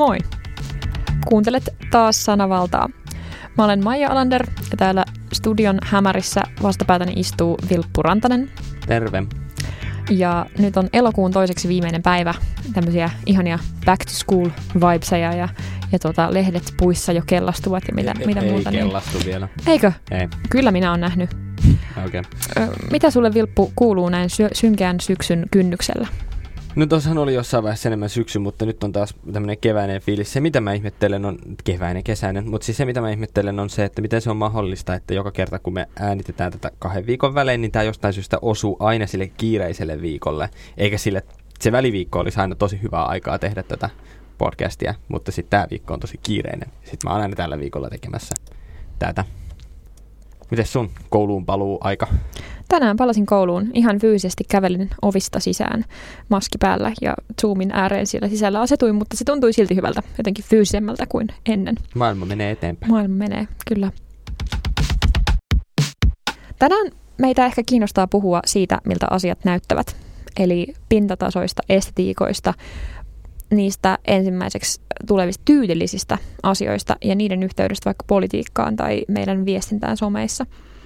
Moi! Kuuntelet taas Sanavaltaa. Mä olen Maija Alander ja täällä studion hämärissä vastapäätäni istuu Vilppu Rantanen. Terve. Ja nyt on elokuun toiseksi viimeinen päivä. Tämmöisiä ihania back to school vibeseja ja lehdet puissa jo kellastuvat ja mitä muuta. Ei kellastu vielä. Eikö? Ei. Kyllä minä olen nähnyt. Okay. Mitä sulle, Vilppu, kuuluu näin synkeän syksyn kynnyksellä? No tuossahan oli jossain vaiheessa enemmän syksy, mutta nyt on taas tämmöinen keväinen fiilis. Se mitä mä ihmettelen on, kesäinen, mutta siis se mitä mä ihmettelen on se, että miten se on mahdollista, että joka kerta kun me äänitetään tätä 2 viikon välein, niin tää jostain syystä osuu aina sille kiireiselle viikolle. Eikä sille, se väliviikko olisi aina tosi hyvää aikaa tehdä tätä podcastia, mutta sitten tää viikko on tosi kiireinen. Sitten mä oon aina tällä viikolla tekemässä tätä. Mites sun kouluun paluu aika? Tänään palasin kouluun. Ihan fyysisesti kävelin ovista sisään maski päällä ja Zoomin ääreen siellä sisällä asetuin, mutta se tuntui silti hyvältä, jotenkin fyysisemmältä kuin ennen. Maailma menee eteenpäin. Maailma menee, kyllä. Tänään meitä ehkä kiinnostaa puhua siitä, miltä asiat näyttävät. Eli pintatasoista estetiikoista, niistä ensimmäiseksi tulevista tyydellisistä asioista ja niiden yhteydestä vaikka politiikkaan tai meidän viestintään someissa.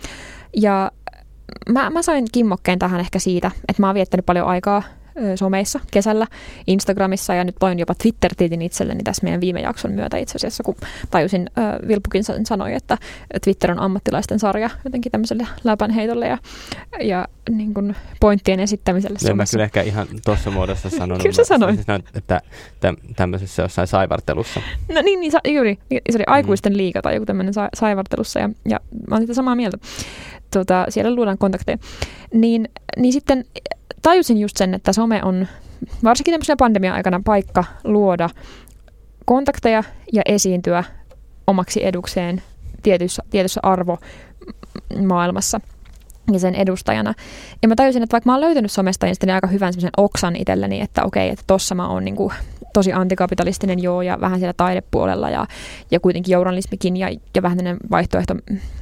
Ja mä sain kimmokkeen tähän ehkä siitä, että mä oon viettänyt paljon aikaa someissa kesällä, Instagramissa ja nyt loin jopa Twitter-tilin itselleni tässä meidän viime jakson myötä itse asiassa, kun tajusin, Vilppukin sanoi, että Twitter on ammattilaisten sarja jotenkin tämmöiselle läpänheitolle ja niin kuin pointtien esittämiselle somessa. Mä kyllä ehkä ihan tuossa muodossa sanonut. Kyllä sä sanoit. Että tämmöisessä jossain saivartelussa. No niin juuri. Se oli aikuisten liiga tai joku tämmöinen saivartelussa ja mä oon sitä samaa mieltä. Siellä luodaan kontakteja. Niin sitten tajusin just sen, että some on varsinkin tämmöisenä pandemia-aikana paikka luoda kontakteja ja esiintyä omaksi edukseen tietyssä arvomaailmassa ja sen edustajana. Ja mä tajusin, että vaikka mä oon löytänyt somesta niin aika hyvän semmoisen oksan itselleni, että okei, että tossa mä oon niinku tosi antikapitalistinen ja vähän siellä taidepuolella ja kuitenkin journalismikin ja vähän tämmöinen vaihtoehto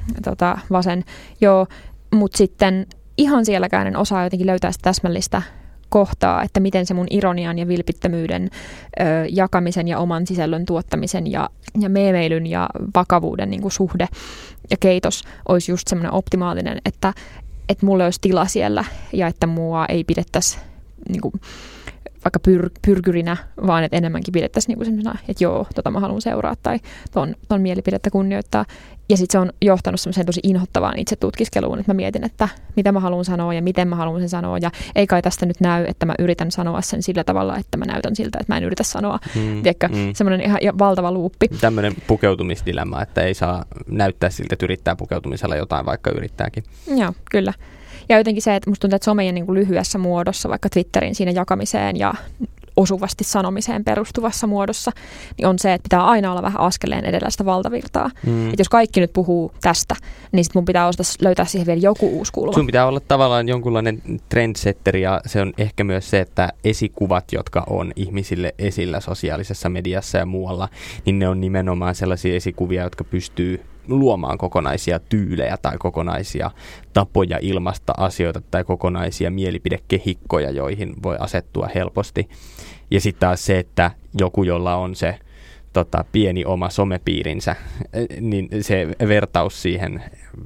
vasen mutta sitten ihan sielläkään en osaa jotenkin löytää sitä täsmällistä kohtaa, että miten se mun ironian ja vilpittömyyden jakamisen ja oman sisällön tuottamisen ja meemeilyn ja vakavuuden niin kuin suhde ja keitos olisi just semmoinen optimaalinen, että mulla olisi tila siellä ja että mua ei pidettäisi niin kuin vaikka pyrkyrinä, vaan että enemmänkin pidettäisiin niin semmoisena, että mä haluan seuraa tai ton mielipidettä kunnioittaa. Ja sitten se on johtanut semmoiseen tosi inhottavaan itse tutkiskeluun, että mä mietin, että mitä mä haluan sanoa ja miten mä haluan sen sanoa. Ja ei kai tästä nyt näy, että mä yritän sanoa sen sillä tavalla, että mä näytän siltä, että mä en yritä sanoa. Semmoinen ihan valtava luuppi. Tämmöinen pukeutumisdilemma, että ei saa näyttää siltä, että yrittää pukeutumisella jotain, vaikka yrittääkin. Joo, kyllä. Ja jotenkin se, että musta tuntuu, että somejen niin kuin lyhyessä muodossa, vaikka Twitterin siinä jakamiseen ja osuvasti sanomiseen perustuvassa muodossa, niin on se, että pitää aina olla vähän askeleen edellä sitä valtavirtaa. Että jos kaikki nyt puhuu tästä, niin sit mun pitää löytää siihen vielä joku uusi kulma. Sun pitää olla tavallaan jonkunlainen trendsetteri ja se on ehkä myös se, että esikuvat, jotka on ihmisille esillä sosiaalisessa mediassa ja muualla, niin ne on nimenomaan sellaisia esikuvia, jotka pystyy luomaan kokonaisia tyylejä tai kokonaisia tapoja ilmaista asioita tai kokonaisia mielipidekehikkoja, joihin voi asettua helposti. Ja sitten taas se, että joku, jolla on se pieni oma somepiirinsä, niin se vertaus siihen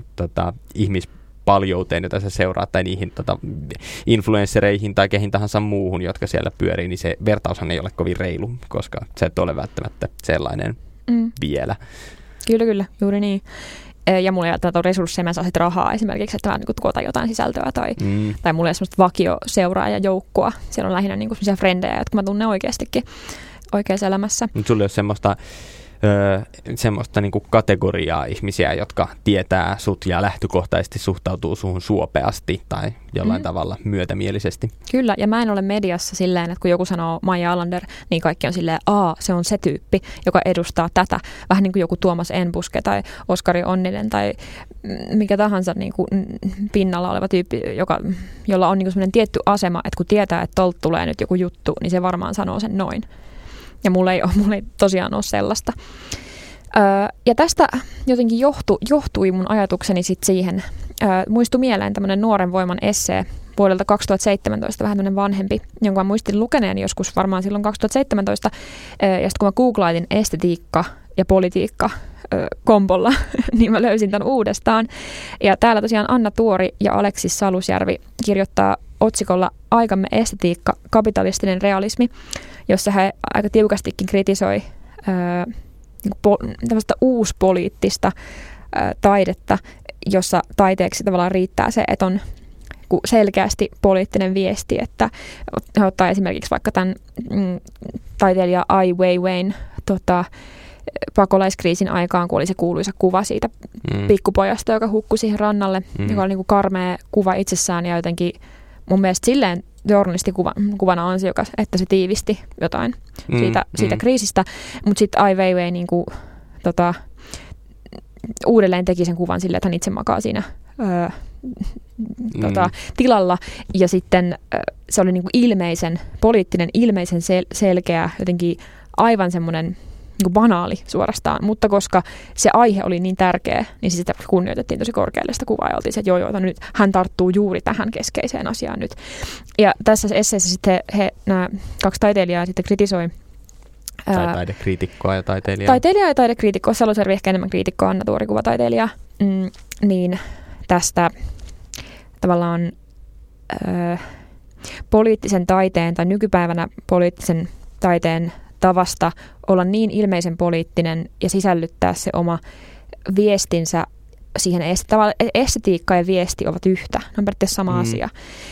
ihmispaljouteen, jota sä seuraat, tai niihin influenssereihin tai kehin tahansa muuhun, jotka siellä pyörii, niin se vertaushan ei ole kovin reilu, koska se et ole välttämättä sellainen vielä. Kyllä, juuri niin. Ja mulla ei välttämättä ole resursseja, mä saa sit rahaa esimerkiksi, että mä niin koota jotain sisältöä tai mulla ei ole semmoista vakioseuraajajoukkoa. Siellä on lähinnä niin semmoisia frendejä, jotka mä tunnen oikeastikin oikeassa elämässä. Mutta sulla ei ole semmoista niin kuin kategoriaa ihmisiä, jotka tietää sut ja lähtökohtaisesti suhtautuu suhun suopeasti tai jollain tavalla myötämielisesti. Kyllä, ja mä en ole mediassa silleen, että kun joku sanoo Maija Alander, niin kaikki on silleen, se on se tyyppi, joka edustaa tätä. Vähän niin kuin joku Tuomas Enbuske tai Oskari Onninen tai mikä tahansa niin kuin pinnalla oleva tyyppi, jolla on niin kuin semmoinen tietty asema, että kun tietää, että tolta tulee nyt joku juttu, niin se varmaan sanoo sen noin. Ja mulla ei tosiaan ole sellaista. Ja tästä jotenkin johtui mun ajatukseni sit siihen. Muistui mieleen tämmöinen Nuoren Voiman essee vuodelta 2017, vähän tämmöinen vanhempi, jonka mä muistin lukeneen joskus varmaan silloin 2017. Ja sitten kun mä googlaitin estetiikka ja politiikka kombolla, niin mä löysin tämän uudestaan. Ja täällä tosiaan Anna Tuori ja Aleksis Salusjärvi kirjoittaa otsikolla Aikamme estetiikka, kapitalistinen realismi, jossa he aika tiukastikin kritisoi tämmöistä uuspoliittista taidetta, jossa taiteeksi tavallaan riittää se, että on selkeästi poliittinen viesti, että he ottaa esimerkiksi vaikka tämän taiteilija Ai Weiwein pakolaiskriisin aikaan, kun oli se kuuluisa kuva siitä pikkupojasta, joka hukkui siihen rannalle, joka oli niin kuin karmea kuva itsessään ja jotenkin mun mielestä silleen journalistikuvana ansiokas, että se tiivisti jotain siitä kriisistä, mutta sitten Ai Weiwei niin kuin, uudelleen teki sen kuvan silleen, että hän itse makaa siinä tilalla ja sitten se oli niin kuin poliittinen, ilmeisen selkeä, jotenkin aivan semmoinen niin banaali suorastaan, mutta koska se aihe oli niin tärkeä, niin sitä kunnioitettiin tosi korkealle sitä kuvaa ja oltiin se, että joo, nyt hän tarttuu juuri tähän keskeiseen asiaan nyt. Ja tässä esseessä sitten nämä kaksi taiteilijaa sitten kritisoi taidekriitikkoa ja taiteilijaa. Taiteilijaa ja taidekriitikkoa, Salusjärvi ehkä enemmän kriitikkoa, Anna Tuori kuvataiteilija, niin tästä tavallaan poliittisen taiteen tai nykypäivänä poliittisen taiteen tavasta olla niin ilmeisen poliittinen ja sisällyttää se oma viestinsä siihen estetiikka ja viesti ovat yhtä. Ne on periaatteessa sama asia.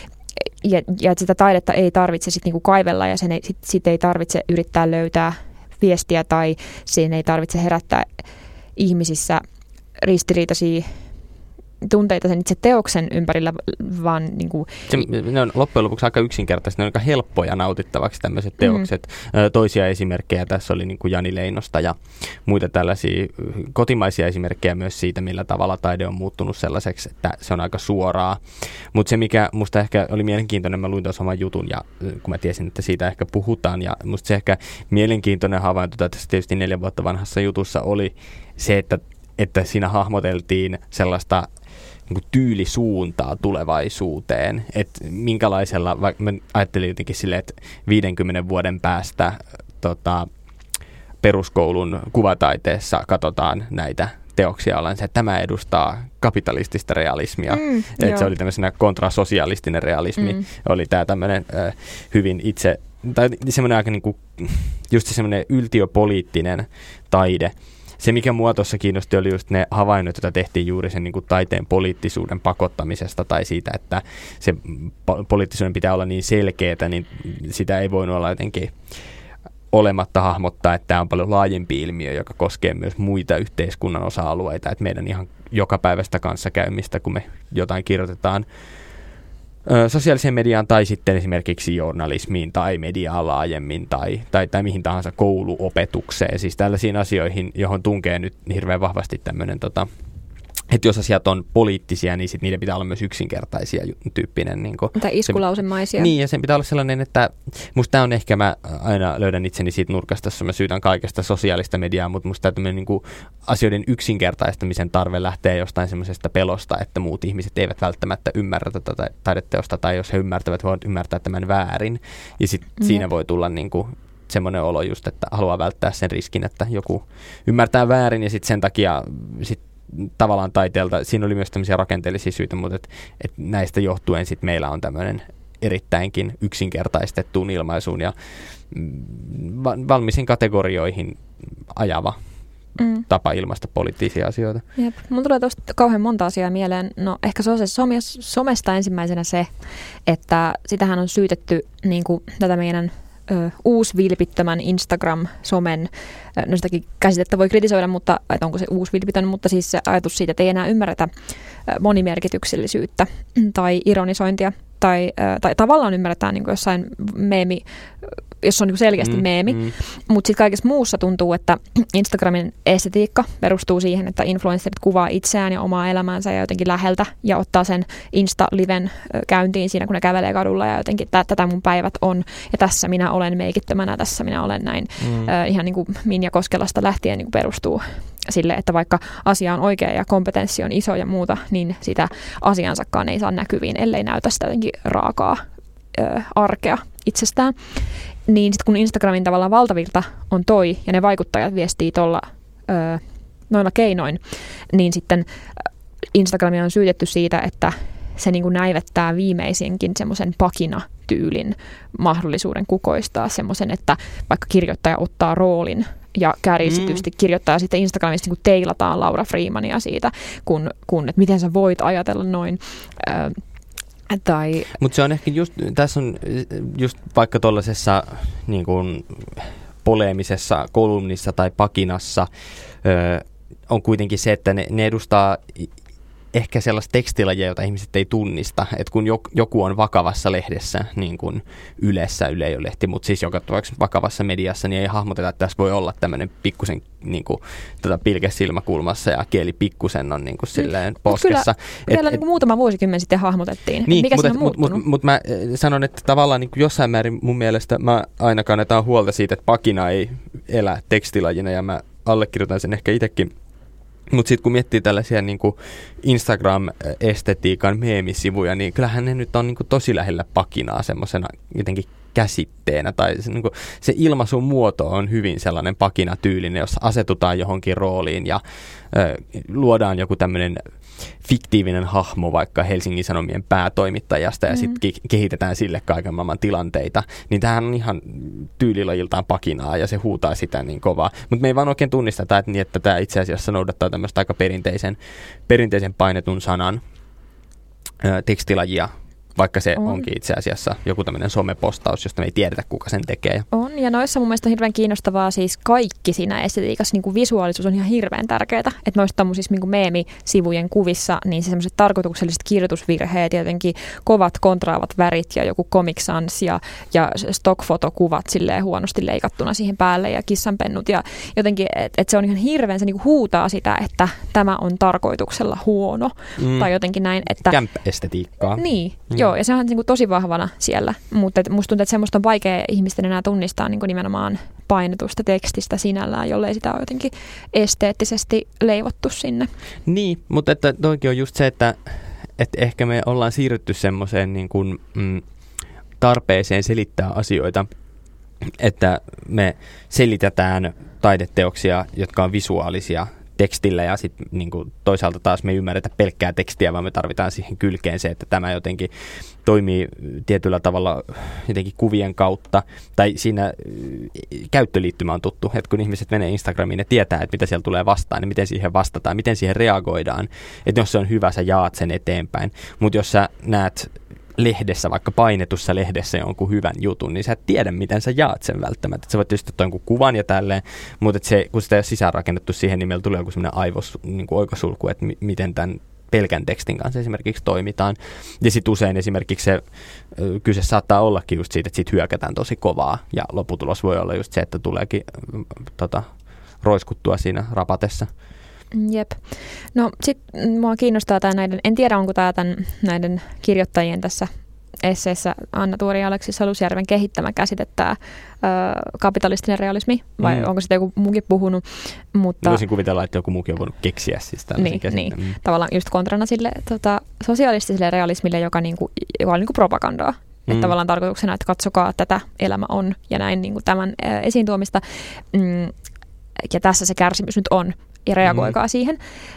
Ja sitä taidetta ei tarvitse sit niinku kaivella ja sit ei tarvitse yrittää löytää viestiä tai siinä ei tarvitse herättää ihmisissä ristiriitaisia tunteita sen itse teoksen ympärillä, vaan niin kuin ne on loppujen lopuksi aika yksinkertaisesti, ne on aika helppoja nautittavaksi tämmöiset teokset. Toisia esimerkkejä tässä oli niin kuin Jani Leinosta ja muita tällaisia kotimaisia esimerkkejä myös siitä, millä tavalla taide on muuttunut sellaiseksi, että se on aika suoraa. Mutta se, mikä musta ehkä oli mielenkiintoinen, mä luin tuossa oman jutun ja kun mä tiesin, että siitä ehkä puhutaan ja musta se ehkä mielenkiintoinen havainto tässä tietysti 4 vuotta vanhassa jutussa oli se, että siinä hahmoteltiin sellaista niin kuin tyylisuuntaa tulevaisuuteen, että minkälaisella, mä ajattelin jotenkin silleen, että 50 vuoden päästä peruskoulun kuvataiteessa katsotaan näitä teoksia, ollaan se, että tämä edustaa kapitalistista realismia, että se oli tämmöisenä kontrasosialistinen realismi, oli tämä tämmöinen hyvin itse, tai semmoinen aika niin kuin, just semmoinen yltiöpoliittinen taide. Se, mikä mua tuossa kiinnosti, oli just ne havainnot, joita tehtiin juuri sen niin kuin taiteen poliittisuuden pakottamisesta tai siitä, että se poliittisuuden pitää olla niin selkeätä, niin sitä ei voinut olla jotenkin olematta hahmottaa, että tämä on paljon laajempi ilmiö, joka koskee myös muita yhteiskunnan osa-alueita, että meidän ihan jokapäiväistä kanssakäymistä, kun me jotain kirjoitetaan sosiaaliseen mediaan tai sitten esimerkiksi journalismiin tai mediaan laajemmin tai mihin tahansa kouluopetukseen. Siis tällaisiin asioihin, johon tunkee nyt hirveän vahvasti tämmöinen, että jos asiat on poliittisia, niin sit niiden pitää olla myös yksinkertaisia tyyppinen. Niin tai iskulausemaisia. Niin, ja sen pitää olla sellainen, että musta tämä on ehkä, mä aina löydän itseni siitä nurkasta, jossa mä syytän kaikesta sosiaalista mediaa, mutta musta tämmöinen niin kuin asioiden yksinkertaistamisen tarve lähtee jostain semmoisesta pelosta, että muut ihmiset eivät välttämättä ymmärrä tätä taideteosta, tai jos he ymmärtävät, voivat ymmärtää tämän väärin. Ja sitten siinä voi tulla niin kuin semmoinen olo just, että haluaa välttää sen riskin, että joku ymmärtää väärin, ja sitten sen takia tavallaan taiteelta, siinä oli myös tämmöisiä rakenteellisia syitä, mutta et näistä johtuen sit meillä on tämmöinen erittäinkin yksinkertaistettuun ilmaisuun ja valmiisiin kategorioihin ajava tapa ilmaista poliittisia asioita. Jep. Mulla tulee tuosta kauhean monta asiaa mieleen. No ehkä somesta ensimmäisenä se, että sitähän on syytetty niin kuin tätä meidän uusvilpittömän Instagram-somen, no sitäkin käsitettä voi kritisoida, mutta että onko se uusvilpitön, mutta siis se ajatus siitä, että ei enää ymmärretä monimerkityksellisyyttä tai ironisointia tai tavallaan ymmärretään niin kuin jossain jos on niin selkeästi meemi. Mutta sitten kaikessa muussa tuntuu, että Instagramin estetiikka perustuu siihen, että influencerit kuvaa itseään ja omaa elämäänsä ja jotenkin läheltä ja ottaa sen Insta-liven käyntiin siinä, kun ne kävelee kadulla ja jotenkin tätä mun päivät on ja tässä minä olen meikittömänä, tässä minä olen näin. Ihan niin kuin Minja Koskelasta lähtien niin kuin perustuu sille, että vaikka asia on oikea ja kompetenssi on iso ja muuta, niin sitä asiansakaan ei saa näkyviin, ellei näytä sitä jotenkin raakaa arkea itsestään. Niin sitten kun Instagramin tavallaan valtavirta on toi ja ne vaikuttajat viestii noilla keinoin, niin sitten Instagramia on syytetty siitä, että se niin kuin näivettää viimeisinkin semmoisen pakinatyylin mahdollisuuden kukoistaa semmoisen, että vaikka kirjoittaja ottaa roolin ja kärjistetysti kirjoittaa sitten Instagramissa niin kuin teilataan Laura Freemania siitä, että miten sä voit ajatella noin. Mutta se on ehkä tässä on just vaikka tuollaisessa niin kuin poleemisessa kolumnissa tai pakinassa on kuitenkin se, että ne edustaa ehkä sellaista tekstilajia, jota ihmiset ei tunnista, että kun joku on vakavassa lehdessä, niin kuin Ylessä, Yle ei ole lehti, mutta siis joka vakavassa mediassa, niin ei hahmoteta, että tässä voi olla tämmöinen pikkusen niin kuin, pilke silmäkulmassa ja kieli pikkusen on niin kuin silleen poskessa. Kyllä niin kuin muutama vuosikymmen sitten hahmotettiin. Niin, mikä siinä on muuttunut? Mutta mä sanon, että tavallaan niin kuin jossain määrin mun mielestä mä aina kannetaan huolta siitä, että pakina ei elä tekstilajina ja mä allekirjoitan sen ehkä itsekin. Mutta sitten kun miettii tällaisia niinku Instagram-estetiikan meemisivuja, niin kyllähän ne nyt on niinku tosi lähellä pakinaa semmoisena jotenkin käsitteenä. Tai se ilmaisun muoto on hyvin sellainen pakinatyylinen, jossa asetutaan johonkin rooliin ja luodaan joku tämmöinen fiktiivinen hahmo vaikka Helsingin Sanomien päätoimittajasta ja sitten kehitetään sille kaiken maailman tilanteita. Niin tämähän on ihan tyylilajiltaan pakinaa ja se huutaa sitä niin kovaa. Mutta me ei vaan oikein tunnisteta, että tämä itse asiassa noudattaa tämmöistä aika perinteisen painetun sanan tekstilajia, vaikka se onkin itse asiassa joku tämmöinen somepostaus, josta me ei tiedetä, kuka sen tekee. On, ja noissa mun mielestä on hirveän kiinnostavaa siis kaikki siinä estetiikassa, niin kuin visuaalisuus on ihan hirveän tärkeää, että noissa tämmöisissä niin meemisivujen kuvissa, niin se semmoiset tarkoitukselliset kirjoitusvirheet, jotenkin kovat kontraavat värit ja joku Comic Sans ja stock-fotokuvat silleen huonosti leikattuna siihen päälle ja kissanpennut ja jotenkin, että se on ihan hirveän, se niin kuin huutaa sitä, että tämä on tarkoituksella huono tai jotenkin näin, että camp-estetiikkaa. Niin, joo, ja se on niin kuin tosi vahvana siellä, mutta musta tuntuu, että semmoista on vaikea ihmisten enää tunnistaa niin kuin nimenomaan painetusta tekstistä sinällään, jollei sitä ole jotenkin esteettisesti leivottu sinne. Niin, mutta että toikin on just se, että ehkä me ollaan siirrytty semmoiseen niin kuin, tarpeeseen selittää asioita, että me selitetään taideteoksia, jotka on visuaalisia tekstillä ja sitten niin toisaalta taas me ei ymmärretä pelkkää tekstiä, vaan me tarvitaan siihen kylkeen se, että tämä jotenkin toimii tietyllä tavalla jotenkin kuvien kautta. Tai siinä käyttöliittymä on tuttu, että kun ihmiset menee Instagramiin ja tietää, että mitä siellä tulee vastaan, niin miten siihen vastataan, miten siihen reagoidaan. Että jos se on hyvä, sä jaat sen eteenpäin. Mutta jos sä näet lehdessä, vaikka painetussa lehdessä jonkun hyvän jutun, niin sä et tiedä, miten sä jaat sen välttämättä. Sä voit tietysti ottaa jonkun kuvan ja tälleen, mutta kun sitä ei ole sisäänrakennettu siihen, niin meillä tulee joku sellainen niin oikosulku, että miten tämän pelkän tekstin kanssa esimerkiksi toimitaan. Ja sitten usein esimerkiksi se kyse saattaa ollakin just siitä, että siitä hyökätään tosi kovaa, ja lopputulos voi olla just se, että tuleekin roiskuttua siinä rapatessa. Jep. No sitten mua kiinnostaa en tiedä onko tämä näiden kirjoittajien tässä esseessä Anna Tuori ja Aleksi Salusjärven kehittämä käsite tämä kapitalistinen realismi, vai onko sitä joku muukin puhunut? Mutta voisin kuvitella, että joku muukin on voinut keksiä siis tällaisen käsitteen. Niin. Tavallaan just kontrana sille sosialistiselle realismille, joka on niinku propagandaa. Että tavallaan tarkoituksena, että katsokaa, tätä elämä on ja näin niinku tämän esiin tuomista. Ja tässä se kärsimys nyt on. Ja reagoikaa siihen.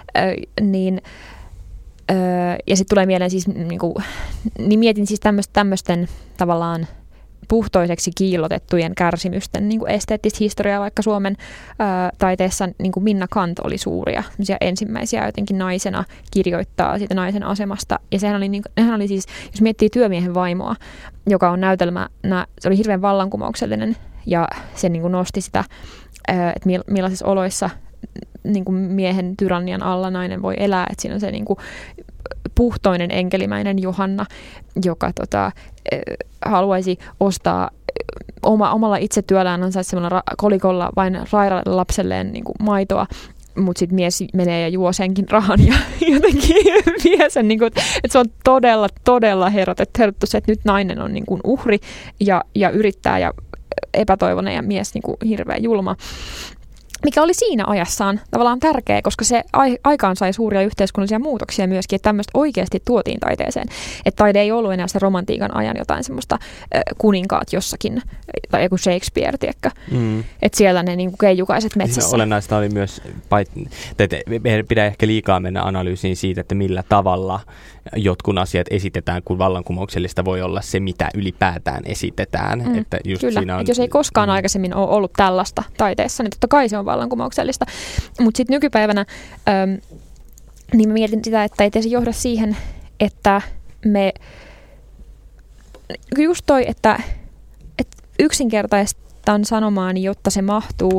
Ja sitten tulee mieleen siis, niin mietin siis tämmöisten tavallaan puhtoiseksi kiillotettujen kärsimysten esteettistä historiaa, vaikka Suomen taiteessa Minna Kant oli suuria, ensimmäisiä jotenkin naisena kirjoittaa siitä naisen asemasta. Ja nehän oli siis, jos miettii Työmiehen vaimoa, joka on näytelmänä, se oli hirveän vallankumouksellinen ja se nosti sitä, että millaisissa oloissa niin kuin miehen tyrannian alla nainen voi elää, että siinä on se niin kuin puhtoinen enkelimäinen Johanna, joka haluaisi ostaa omalla itsetyöllään ansaisi semmoilla kolikolla vain rairaille lapselleen niin kuin maitoa, mutta sitten mies menee ja juo senkin rahan ja jotenkin vie sen, niin kuin, että se on todella herätetty se, että nyt nainen on niin kuin uhri ja yrittää ja epätoivoinen ja mies niin kuin hirveän julma. Mikä oli siinä ajassaan tavallaan tärkeä, koska se aikaan sai suuria yhteiskunnallisia muutoksia myöskin, että tämmöistä oikeasti tuotiin taiteeseen. Että taide ei ollut enää se romantiikan ajan jotain semmoista kuninkaat jossakin, tai joku Shakespeare, tiedätkö? Että siellä ne niin kuin keijukaiset metsissä. Olennaista oli myös, että meidän pitää ehkä liikaa mennä analyysiin siitä, että millä tavalla jotkut asiat esitetään, kun vallankumouksellista voi olla se, mitä ylipäätään esitetään. Että just kyllä, siinä on, että jos ei koskaan aikaisemmin ole ollut tällaista taiteessa, niin totta kai se on vallankumouksellista. Mutta sitten nykypäivänä niin mä mietin sitä, että ei se johda siihen, että me just toi, että yksinkertaistan sanomaan, jotta se mahtuu,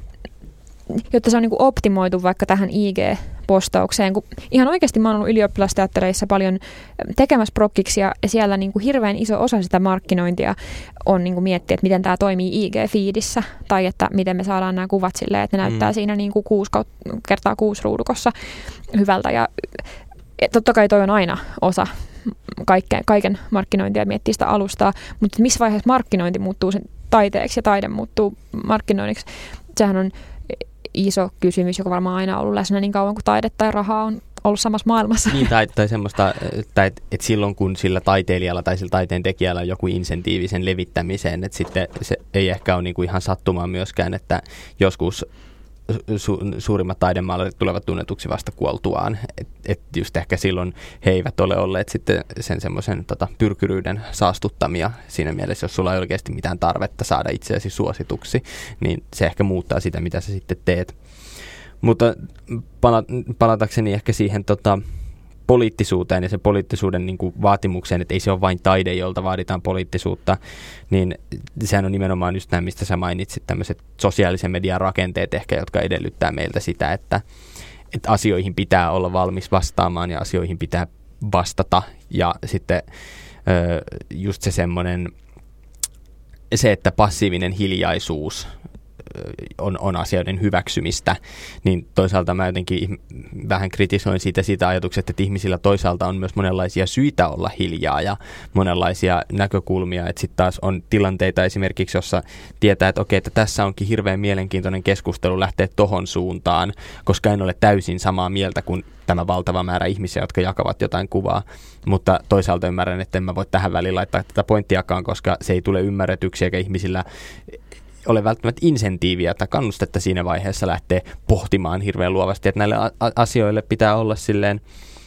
jotta se on niin kuin optimoitu vaikka tähän IG-postaukseen. Kun ihan oikeasti mä oon ollut ylioppilasteattereissa paljon tekemässä prokkiksia ja siellä niin kuin hirveän iso osa sitä markkinointia on niin kuin miettiä, että miten tämä toimii IG-feedissä tai että miten me saadaan nämä kuvat silleen, että ne näyttää siinä niin kuin 6x6 ruudukossa hyvältä. Ja totta kai toi on aina osa kaiken markkinointia, miettiä sitä alustaa, mutta missä vaiheessa markkinointi muuttuu sen taiteeksi ja taide muuttuu markkinoinniksi, sehän on iso kysymys, joka varmaan aina ollut läsnä niin kauan kuin taide tai raha on ollut samassa maailmassa. Niin, tai semmoista, että silloin kun sillä taiteilijalla tai sillä taiteen tekijällä on joku insentiivi sen levittämiseen, että sitten se ei ehkä ole niinku ihan sattumaa myöskään, että joskus suurimmat taidemaalarit tulevat tunnetuksi vasta kuoltuaan. Et just ehkä silloin he eivät ole olleet sitten sen semmoisen pyrkyryyden saastuttamia siinä mielessä, jos sulla ei oikeasti mitään tarvetta saada itseäsi suosituksi, niin se ehkä muuttaa sitä, mitä sä sitten teet. Mutta palatakseni ehkä siihen poliittisuuteen ja sen poliittisuuden niin kuin vaatimukseen, että ei se ole vain taide, jolta vaaditaan poliittisuutta, niin sehän on nimenomaan just nämä, mistä sä mainitsit, tämmöiset sosiaalisen median rakenteet ehkä, jotka edellyttää meiltä sitä, että asioihin pitää olla valmis vastaamaan ja asioihin pitää vastata ja sitten just se semmoinen, se, että passiivinen hiljaisuus on asioiden hyväksymistä, niin toisaalta mä jotenkin vähän kritisoin siitä ajatuksesta, että ihmisillä toisaalta on myös monenlaisia syitä olla hiljaa ja monenlaisia näkökulmia, että sitten taas on tilanteita esimerkiksi, jossa tietää, että okei, että tässä onkin hirveän mielenkiintoinen keskustelu lähteä tohon suuntaan, koska en ole täysin samaa mieltä kuin tämä valtava määrä ihmisiä, jotka jakavat jotain kuvaa, mutta toisaalta ymmärrän, että en mä voi tähän väliin laittaa tätä pointtiakaan, koska se ei tule ymmärretyksi eikä ihmisillä ole välttämättä insentiiviä tai kannustetta siinä vaiheessa lähteä pohtimaan hirveän luovasti, että näille asioille pitää olla silleen,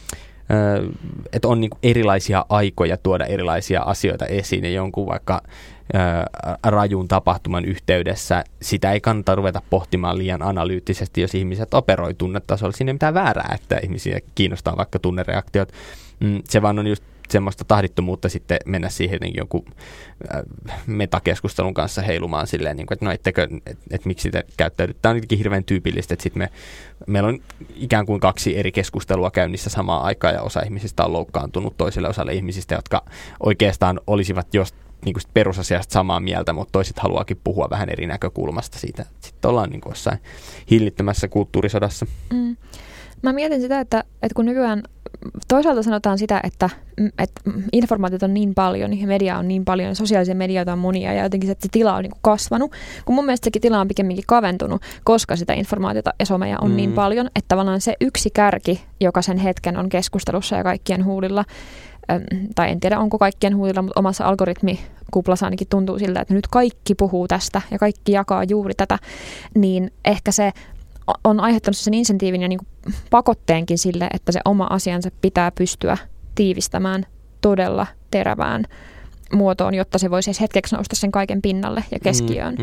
että on niinku erilaisia aikoja tuoda erilaisia asioita esiin ja jonkun vaikka rajun tapahtuman yhteydessä sitä ei kannata ruveta pohtimaan liian analyyttisesti, jos ihmiset operoi tunnetasolla. Siinä ei mitään väärää, että ihmisiä kiinnostaa vaikka tunnereaktiot. Se vaan on just semmoista tahdittomuutta sitten mennä siihen jonkun metakeskustelun kanssa heilumaan silleen, että no ettekö, että miksi te käyttäydytte. Tämä on jotenkin hirveän tyypillistä, että sitten meillä on ikään kuin 2 eri keskustelua käynnissä samaan aikaan ja osa ihmisistä on loukkaantunut toiselle osalle ihmisistä, jotka oikeastaan olisivat niin perusasiasta samaa mieltä, mutta toiset haluaakin puhua vähän eri näkökulmasta siitä. Sitten ollaan niin jossain hillittömässä kulttuurisodassa. Mä mietin sitä, että kun nykyään toisaalta sanotaan sitä, että informaatiot on niin paljon ja media on niin paljon ja sosiaalisia medioita on monia ja jotenkin se tila on niin kuin kasvanut, kun mun mielestä sekin tila on pikemminkin kaventunut, koska sitä informaatiota ja someja on niin paljon, että tavallaan se yksi kärki, joka sen hetken on keskustelussa ja kaikkien huulilla, tai en tiedä onko kaikkien huulilla, mutta omassa algoritmikuplassa ainakin tuntuu siltä, että nyt kaikki puhuu tästä ja kaikki jakaa juuri tätä, niin ehkä se on aiheuttanut sen insentiivin ja niin kuin pakotteenkin sille, että se oma asiansa pitää pystyä tiivistämään todella terävään muotoon, jotta se voisi hetkeksi nousta sen kaiken pinnalle ja keskiöön.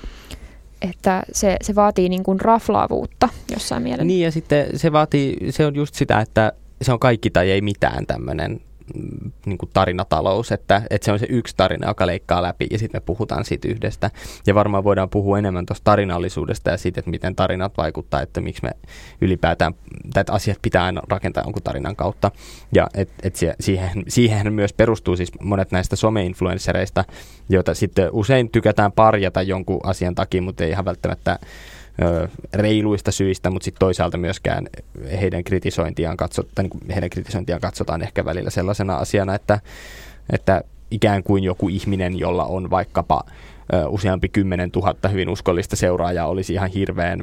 Että se vaatii niin kuin raflaavuutta jossain mielessä. Niin ja sitten se on just sitä, että se on kaikki tai ei mitään tämmöinen niin kuin tarinatalous, että se on se yksi tarina, joka leikkaa läpi ja sitten me puhutaan siitä yhdestä. Ja varmaan voidaan puhua enemmän tuosta tarinallisuudesta ja siitä, että miten tarinat vaikuttaa, että miksi me ylipäätään, että asiat pitää aina rakentaa jonkun tarinan kautta. Ja siihen myös perustuu siis monet näistä some-influenssereista, joita sitten usein tykätään parjata jonkun asian takia, mutta ei ihan välttämättä reiluista syistä, mutta sitten toisaalta myöskään heidän kritisointiaan katsotaan ehkä välillä sellaisena asiana, että ikään kuin joku ihminen, jolla on vaikkapa useampi 10 000 hyvin uskollista seuraajaa, olisi ihan hirveän,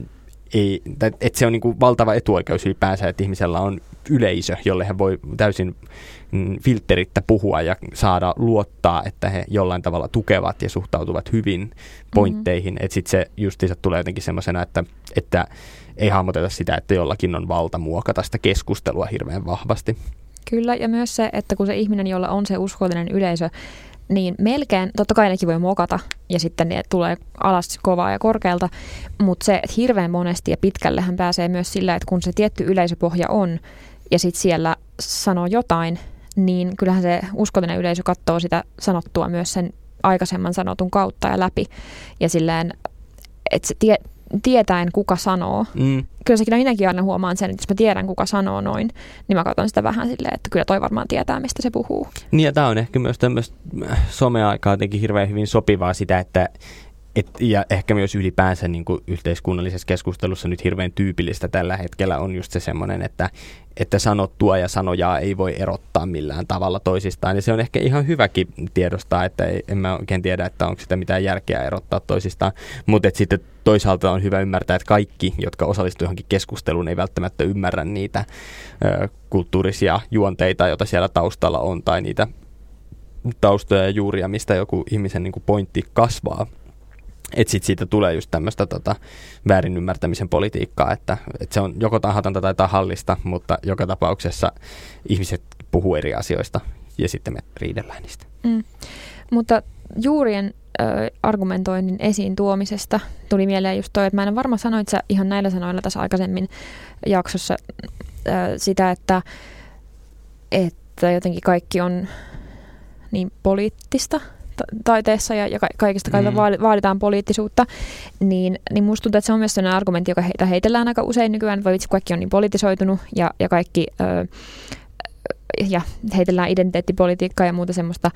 että se on niin kuin valtava etuoikeus ylipäänsä, että ihmisellä on yleisö, jolle he voi täysin filterittä puhua ja saada luottaa, että he jollain tavalla tukevat ja suhtautuvat hyvin pointteihin. Että sitten se justiinsa tulee jotenkin semmoisena, että ei hahmoteta sitä, että jollakin on valta muokata sitä keskustelua hirveän vahvasti. Kyllä, ja myös se, että kun se ihminen, jolla on se uskollinen yleisö, niin melkein, totta kai nekin voi mokata ja sitten ne tulee alas kovaa ja korkealta, mutta se, että hirveän monesti ja pitkällehän pääsee myös sillä, että kun se tietty yleisöpohja on ja sitten siellä sanoo jotain, niin kyllähän se uskollinen yleisö katsoo sitä sanottua myös sen aikaisemman sanotun kautta ja läpi ja silleen, että se tietäen kuka sanoo. Kyllä sekin minäkin aina huomaan sen, että jos mä tiedän kuka sanoo noin, niin mä katson sitä vähän silleen, että kyllä toi varmaan tietää, mistä se puhuu. Niin ja tää on ehkä myös tämmöistä someaikaa jotenkin hirveän hyvin sopivaa sitä, että ja ehkä myös ylipäänsä niin kuin yhteiskunnallisessa keskustelussa nyt hirveän tyypillistä tällä hetkellä on just se semmoinen, että sanottua ja sanojaa ei voi erottaa millään tavalla toisistaan. Ja se on ehkä ihan hyväkin tiedostaa, että en mä oikein tiedä, että onko sitä mitään järkeä erottaa toisistaan. Mutta sitten toisaalta on hyvä ymmärtää, että kaikki, jotka osallistuu johonkin keskusteluun, ei välttämättä ymmärrä niitä kulttuurisia juonteita, joita siellä taustalla on, tai niitä taustoja ja juuria, mistä joku ihmisen niin kuin pointti kasvaa. Että sitten siitä tulee just tämmöistä väärin ymmärtämisen politiikkaa, että se on joko tahatonta tai tahallista, mutta joka tapauksessa ihmiset puhuu eri asioista ja sitten me riidellään niistä. Mutta juurien argumentoinnin esiin tuomisesta tuli mieleen just toi, että mä en varmaan sanoit sä ihan näillä sanoilla tässä aikaisemmin jaksossa sitä, että jotenkin kaikki on niin poliittista taiteessa ja kaikista vaaditaan poliittisuutta, niin musta tuntuu, että se on myös sellainen argumentti, joka heitellään aika usein nykyään, että vitsi, kaikki on niin politisoitunut ja kaikki ja heitellään identiteettipolitiikkaa ja muuta semmoista,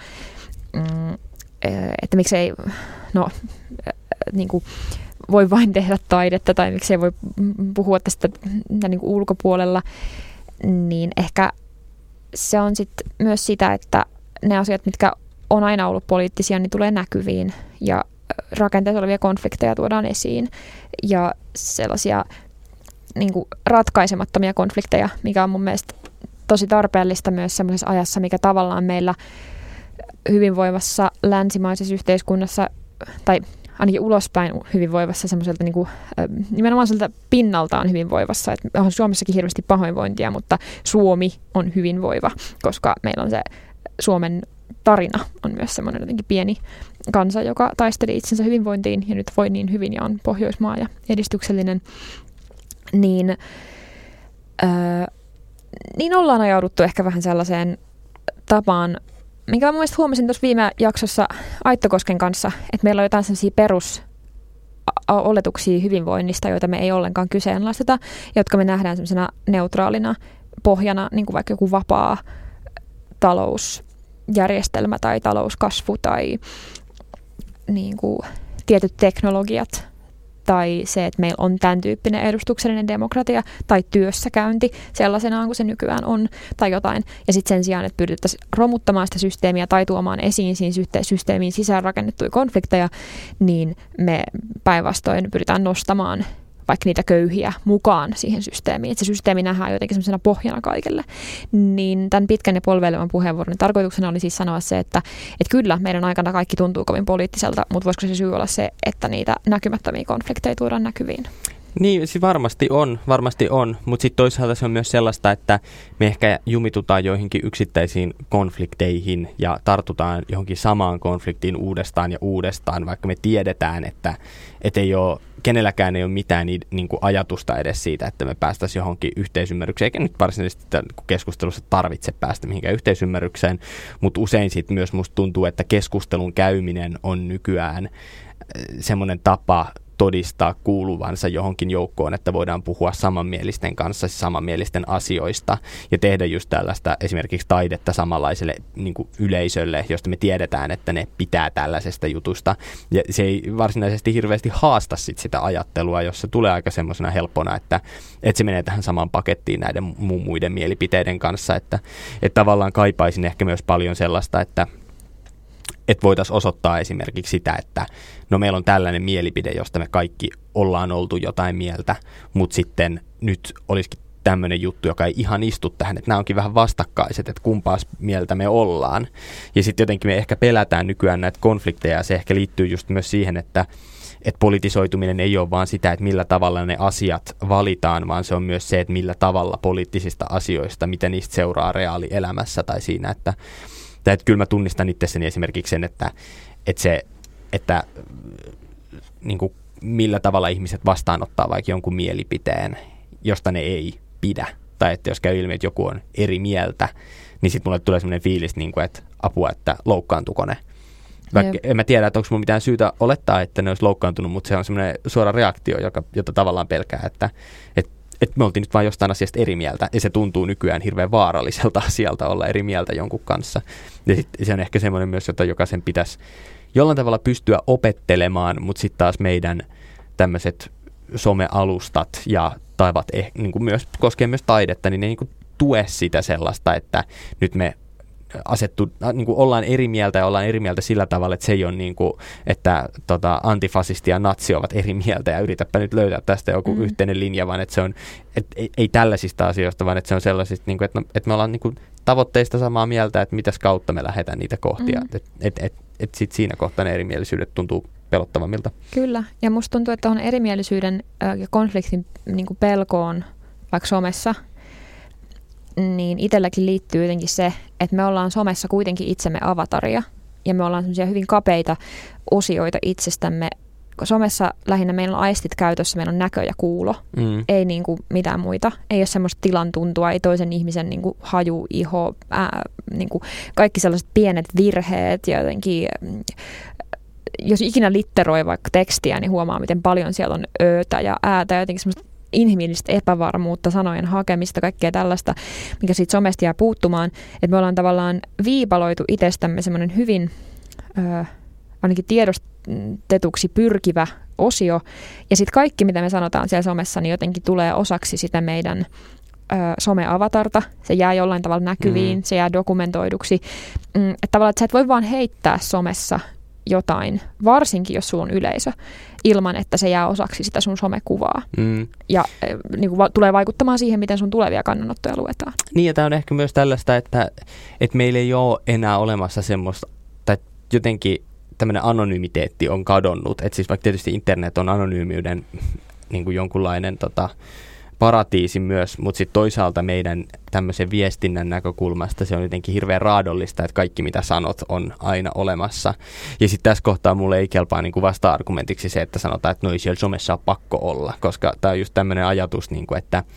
että miksei niin kuin voi vain tehdä taidetta tai miksei voi puhua tästä niin kuin ulkopuolella, niin ehkä se on sitten myös sitä, että ne asiat, mitkä on aina ollut poliittisia, niin tulee näkyviin ja rakenteessa olevia konflikteja tuodaan esiin ja sellaisia niin kuin ratkaisemattomia konflikteja, mikä on mun mielestä tosi tarpeellista myös semmoisessa ajassa, mikä tavallaan meillä hyvinvoivassa länsimaisessa yhteiskunnassa tai ainakin ulospäin hyvinvoivassa semmoiselta niin kuin, nimenomaan sieltä pinnaltaan hyvinvoivassa, että on Suomessakin hirveästi pahoinvointia, mutta Suomi on hyvinvoiva, koska meillä on se Suomen tarina on myös semmoinen jotenkin pieni kansa, joka taisteli itsensä hyvinvointiin ja nyt voi niin hyvin ja on Pohjoismaa ja edistyksellinen, niin ollaan ajauduttu ehkä vähän sellaiseen tapaan, minkä mä mielestäni huomasin tuossa viime jaksossa Aittokosken kanssa, että meillä on jotain sellaisia perusoletuksia hyvinvoinnista, joita me ei ollenkaan kyseenalaisteta, jotka me nähdään sellaisena neutraalina pohjana, niin kuin vaikka joku vapaa talousjärjestelmä tai talouskasvu tai niin kuin tietyt teknologiat tai se, että meillä on tämän tyyppinen edustuksellinen demokratia tai työssäkäynti sellaisenaan kuin se nykyään on tai jotain. Ja sitten sen sijaan, että pyrittäisiin romuttamaan sitä systeemiä tai tuomaan esiin siinä systeemiin sisään rakennettuja konflikteja, niin me päinvastoin pyritään nostamaan vaikka niitä köyhiä mukaan siihen systeemiin. Että se systeemi nähdään jotenkin sellaisena pohjana kaikille. Niin tämän pitkän ja polveilevan puheenvuoron tarkoituksena oli siis sanoa se, että kyllä meidän aikana kaikki tuntuu kovin poliittiselta, mutta voisiko se syy olla se, että niitä näkymättömiä konflikteja tuodaan näkyviin? Niin, siis varmasti on, mutta sitten toisaalta se on myös sellaista, että me ehkä jumitutaan joihinkin yksittäisiin konflikteihin ja tartutaan johonkin samaan konfliktiin uudestaan ja uudestaan, vaikka me tiedetään, että kenelläkään ei ole mitään niin kuin ajatusta edes siitä, että me päästäisiin johonkin yhteisymmärrykseen, eikä nyt varsinaisesti keskustelussa tarvitse päästä mihinkään yhteisymmärrykseen, mutta usein sitten myös musta tuntuu, että keskustelun käyminen on nykyään semmoinen tapa todistaa kuuluvansa johonkin joukkoon, että voidaan puhua samanmielisten kanssa, samanmielisten asioista ja tehdä just tällaista esimerkiksi taidetta samanlaiselle niin kuin yleisölle, josta me tiedetään, että ne pitää tällaisesta jutusta. Ja se ei varsinaisesti hirveästi haasta sitä ajattelua, jos se tulee aika semmoisena helppona, että se menee tähän samaan pakettiin näiden muiden mielipiteiden kanssa, että tavallaan kaipaisin ehkä myös paljon sellaista, että voitaisiin osoittaa esimerkiksi sitä, että no meillä on tällainen mielipide, josta me kaikki ollaan oltu jotain mieltä, mutta sitten nyt olisikin tämmöinen juttu, joka ei ihan istu tähän, että nämä onkin vähän vastakkaiset, että kumpaas mieltä me ollaan. Ja sitten jotenkin me ehkä pelätään nykyään näitä konflikteja, ja se ehkä liittyy just myös siihen, että politisoituminen ei ole vaan sitä, että millä tavalla ne asiat valitaan, vaan se on myös se, että millä tavalla poliittisista asioista, mitä niistä seuraa reaalielämässä tai siinä, että kyllä mä tunnistan itsessäni esimerkiksi sen, että niin kuin millä tavalla ihmiset vastaanottaa vaikka jonkun mielipiteen, josta ne ei pidä. Tai että jos käy ilmi, että joku on eri mieltä, niin sitten mulle tulee semmoinen fiilis, niin kuin, että apua, että loukkaantuko ne. Vaikka en mä tiedä, että onko mulla mitään syytä olettaa, että ne olisi loukkaantunut, mutta se on semmoinen suora reaktio, jota tavallaan pelkää, että me oltiin nyt vaan jostain asiasta eri mieltä, ja se tuntuu nykyään hirveän vaaralliselta asialta olla eri mieltä jonkun kanssa. Ja se on ehkä semmoinen myös, jota jokaisen pitäisi jollain tavalla pystyä opettelemaan, mutta sitten taas meidän tämmöiset somealustat ja tavat, niin kuin myös, koskee myös taidetta, niin ne niin kuin tue sitä sellaista, että nyt me niin kuin ollaan eri mieltä ja ollaan eri mieltä sillä tavalla, että se ei ole niin kuin, että antifasisti ja natsi ovat eri mieltä ja yritäpä nyt löytää tästä joku yhteinen linja, vaan että se on, ei tällaisista asioista, vaan että se on sellaisista, niin kuin, että me ollaan niin kuin tavoitteista samaa mieltä, että mitäs kautta me lähdetään niitä kohtia. Että sitten siinä kohtaa ne erimielisyydet tuntuu pelottavammilta. Kyllä, ja musta tuntuu, että tuohon erimielisyyden ja konfliktin niin kuin pelkoon vaikka somessa, niin itselläkin liittyy jotenkin se, että me ollaan somessa kuitenkin itsemme avataria ja me ollaan semmoisia hyvin kapeita osioita itsestämme. Somessa lähinnä meillä on aistit käytössä, meillä on näkö ja kuulo, ei niin kuin mitään muita. Ei ole semmoista tilan tuntua, ei toisen ihmisen niin kuin haju, iho, niin kuin kaikki sellaiset pienet virheet ja jotenkin, jos ikinä litteroi vaikka tekstiä, niin huomaa, miten paljon siellä on öötä ja äätä ja jotenkin semmoista inhimillistä epävarmuutta, sanojen hakemista, kaikkea tällaista, mikä siitä somesta jää puuttumaan. Että me ollaan tavallaan viipaloitu itsestämme semmoinen hyvin ainakin tiedostetuksi pyrkivä osio. Ja sitten kaikki, mitä me sanotaan siellä somessa, niin jotenkin tulee osaksi sitä meidän some-avatarta. Se jää jollain tavalla näkyviin, se jää dokumentoiduksi. Että tavallaan, että sä et voi vaan heittää somessa jotain, varsinkin jos sulla on yleisö, ilman että se jää osaksi sitä sun somekuvaa. Ja niin kuin, tulee vaikuttamaan siihen, miten sun tulevia kannanottoja luetaan. Niin, ja tämä on ehkä myös tällaista, että meillä ei ole enää olemassa semmoista, tai jotenkin tämmöinen anonymiteetti on kadonnut. Että siis vaikka tietysti internet on anonyymiyden niin kuin jonkunlainen paratiisi myös, mutta sitten toisaalta meidän tämmöisen viestinnän näkökulmasta se on jotenkin hirveän raadollista, että kaikki mitä sanot on aina olemassa. Ja sitten tässä kohtaa mulle ei kelpaa niin kuin vasta-argumentiksi se, että sanotaan, että no ei siellä somessa ole pakko olla, koska tämä on just tämmöinen ajatus, niin kuin, että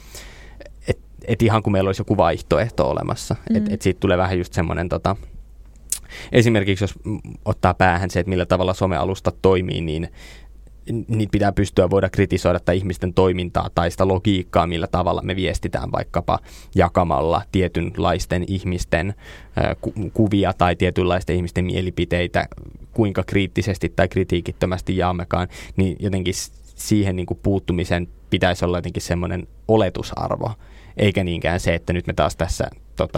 ihan kuin meillä olisi joku vaihtoehto olemassa. Että siitä tulee vähän just semmoinen esimerkiksi jos ottaa päähän se, että millä tavalla somealustat toimii, niin niitä pitää voida kritisoida tai ihmisten toimintaa tai sitä logiikkaa, millä tavalla me viestitään vaikkapa jakamalla tietynlaisten ihmisten kuvia tai tietynlaisten ihmisten mielipiteitä, kuinka kriittisesti tai kritiikittömästi jaammekaan, niin jotenkin siihen niin kuin puuttumisen pitäisi olla jotenkin semmoinen oletusarvo, eikä niinkään se, että nyt me taas tässä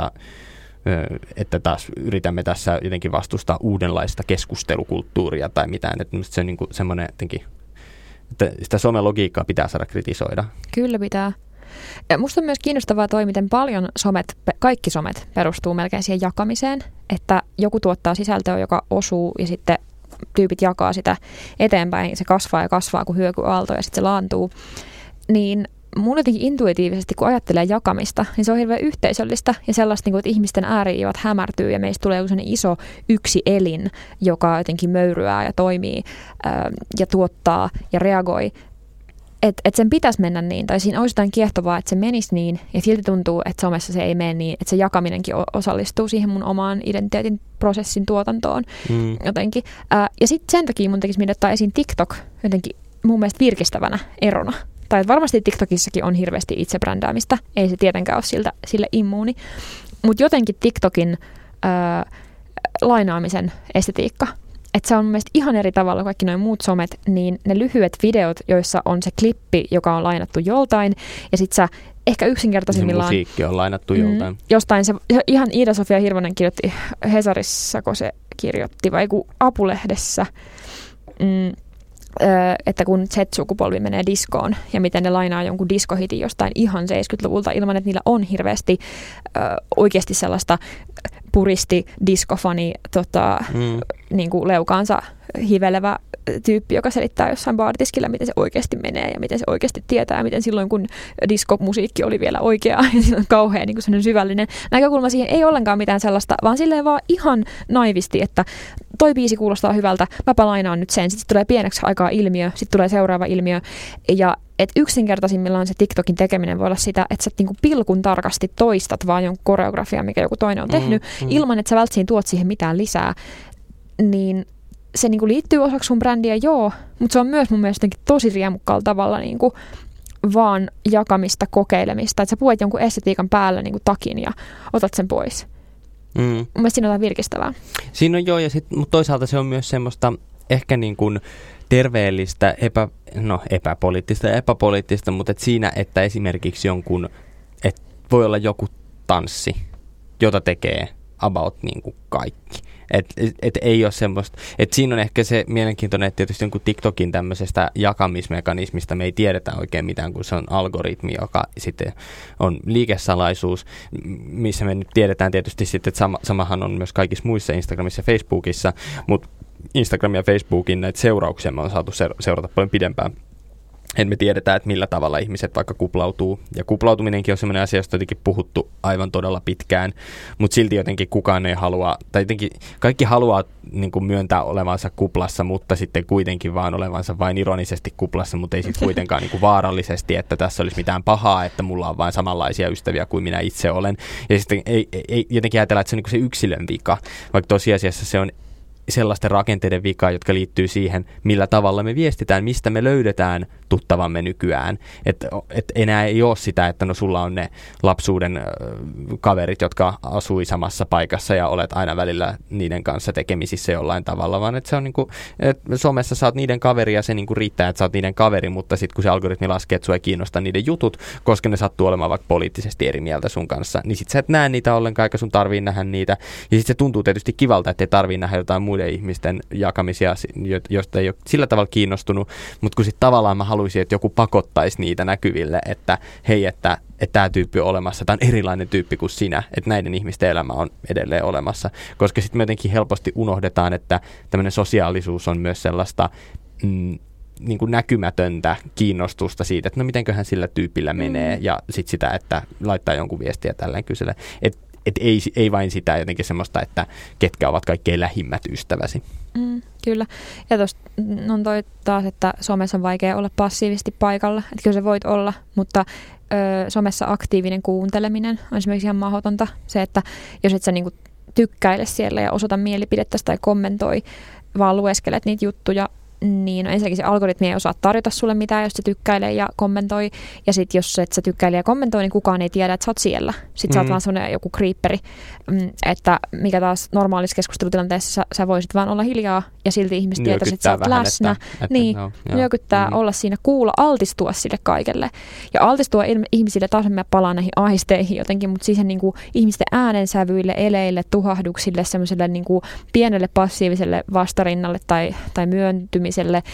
että taas yritämme tässä jotenkin vastustaa uudenlaista keskustelukulttuuria tai mitään, että se on niin kuin semmoinen jotenkin, että sitä somelogiikkaa pitää saada kritisoida. Kyllä pitää. Ja musta on myös kiinnostavaa toi, miten paljon kaikki somet perustuu melkein siihen jakamiseen, että joku tuottaa sisältöä, joka osuu ja sitten tyypit jakaa sitä eteenpäin. Se kasvaa ja kasvaa kuin hyökyaalto ja sitten se laantuu. niin mun jotenkin intuitiivisesti, kun ajattelee jakamista, niin se on hirveän yhteisöllistä ja sellaista, että ihmisten ääriivat hämärtyy ja meistä tulee sellainen iso yksi elin, joka jotenkin möyryää ja toimii ja tuottaa ja reagoi. Että sen pitäisi mennä niin, tai siinä olisi jotain kiehtovaa, että se menisi niin, ja silti tuntuu, että somessa se ei mene niin, että se jakaminenkin osallistuu siihen mun omaan identiteetin prosessin tuotantoon jotenkin. Ja sitten sen takia mun tekisi mieli ottaa esiin TikTok jotenkin mun mielestä virkistävänä erona. Tai varmasti TikTokissakin on hirveästi itsebrändäämistä, ei se tietenkään ole sille immuuni, mutta jotenkin TikTokin lainaamisen estetiikka, että se on mun mielestä ihan eri tavalla kaikki nuo muut somet, niin ne lyhyet videot, joissa on se klippi, joka on lainattu joltain, ja sit sä ehkä yksinkertaisimmillaan... Se musiikki on lainattu joltain. Jostain se, ihan Iida-Sofia Hirvonen kirjoitti Hesarissa, kun se kirjoitti, vai Apulehdessä, että kun Z-sukupolvi menee diskoon ja miten ne lainaa jonkun diskohitin jostain ihan 70-luvulta ilman, että niillä on hirveästi oikeasti sellaista puristi-diskofani niin kuin leukaansa hivelevä tyyppi, joka selittää jossain baaritiskillä, miten se oikeasti menee ja miten se oikeasti tietää ja miten silloin, kun diskomusiikki oli vielä oikeaa ja silloin kauhean niin kuin sellainen syvällinen näkökulma siihen ei ollenkaan mitään sellaista, vaan silleen vaan ihan naivisti, että toi biisi kuulostaa hyvältä, mäpä lainaan nyt sen, sitten tulee pieneksi aikaa ilmiö, sitten tulee seuraava ilmiö ja että yksinkertaisimmillaan se TikTokin tekeminen voi olla sitä, että sä niinku pilkun tarkasti toistat vaan jonkun koreografian, mikä joku toinen on tehnyt, ilman että sä välttämättä tuot siihen mitään lisää, niin se niinku liittyy osaksi sun brändiä, joo, mutta se on myös mun mielestä tosi riemukkaalla tavalla niinku vaan jakamista, kokeilemista, että sä puet jonkun estetiikan päällä niinku takin ja otat sen pois. Mun mielestä siinä on jotain virkistävää. Siinä on joo, mutta toisaalta se on myös semmoista ehkä niin kuin terveellistä, epäpoliittista ja epäpoliittista, mutta siinä, että esimerkiksi että voi olla joku tanssi, jota tekee about niin kuin kaikki. Et ei ole semmoista, että siinä on ehkä se mielenkiintoinen, että tietysti jonkun TikTokin tämmöisestä jakamismekanismista me ei tiedetä oikein mitään, kun se on algoritmi, joka sitten on liikesalaisuus, missä me nyt tiedetään tietysti sitten, että samahan on myös kaikissa muissa Instagramissa ja Facebookissa, mutta Instagram ja Facebookin näitä seurauksia me on saatu seurata paljon pidempään. Et me tiedetään, että millä tavalla ihmiset vaikka kuplautuu. Ja kuplautuminenkin on sellainen asia, josta on jotenkin puhuttu aivan todella pitkään, mutta silti jotenkin kukaan ei halua, tai jotenkin kaikki haluaa niin kuin myöntää olevansa kuplassa, mutta sitten kuitenkin vaan olevansa vain ironisesti kuplassa, mutta ei sitten kuitenkaan niin kuin vaarallisesti, että tässä olisi mitään pahaa, että mulla on vain samanlaisia ystäviä kuin minä itse olen. Ja sitten ei jotenkin ajatella, että se on niin kuin se yksilön vika, vaikka tosiasiassa se on sellaisten rakenteiden vika, jotka liittyy siihen, millä tavalla me viestitään, mistä me löydetään tuttavamme nykyään. Että enää ei ole sitä, että no sulla on ne lapsuuden kaverit, jotka asui samassa paikassa ja olet aina välillä niiden kanssa tekemisissä jollain tavalla, vaan että se on niin kuin, että somessa sä oot niiden kaveri ja se niin kuin riittää, että sä oot niiden kaveri, mutta sitten kun se algoritmi laskee, että sua ei kiinnosta niiden jutut, koska ne sattuu olemaan vaikka poliittisesti eri mieltä sun kanssa, niin sit sä et näe niitä ollenkaan, eikä sun tarvii nähdä niitä. Ja sit se tuntuu tietysti kivalta, että ei tarvii nähdä jotain muiden ihmisten jakamisia, joista ei ole sillä tavalla kiinnostunut, mutta kun sitten tavallaan mä haluaisin, että joku pakottaisi niitä näkyville, että hei, että tämä tyyppi on olemassa, tämä on erilainen tyyppi kuin sinä, että näiden ihmisten elämä on edelleen olemassa, koska sitten me jotenkin helposti unohdetaan, että tämmöinen sosiaalisuus on myös sellaista niin kuin näkymätöntä kiinnostusta siitä, että no mitenköhän sillä tyypillä menee, ja sitten sitä, että laittaa jonkun viestiä tälleen kyselle. Että ei vain sitä jotenkin semmoista, että ketkä ovat kaikkein lähimmät ystäväsi. Kyllä. Ja tuosta on toi taas, että somessa on vaikea olla passiivisesti paikalla. Että kyllä se voit olla, mutta somessa aktiivinen kuunteleminen on esimerkiksi ihan mahdotonta. Se, että jos et sä niinku tykkäile siellä ja osoita mielipidettä tai kommentoi, vaan lueskelet niitä juttuja, niin ensinnäkin se algoritmi ei osaa tarjota sulle mitään, jos se tykkäilee ja kommentoi. Ja sitten jos et sä tykkäilee ja kommentoi, niin kukaan ei tiedä, että sä oot siellä. Sitten sä oot vaan semmoinen joku creeperi, että mikä taas normaalissa keskustelutilanteessa sä voisit vaan olla hiljaa ja silti ihmiset tietäisi, että sä oot läsnä. Niin, nyökyttää, olla siinä, kuulla, altistua sille kaikelle. Ja altistua ihmisille, taas mä palaan näihin aisteihin jotenkin, mutta siihen niin kuin ihmisten äänensävyille, eleille, tuhahduksille, semmoiselle niin kuin pienelle passiiviselle vastarinnalle tai myöntymiselle.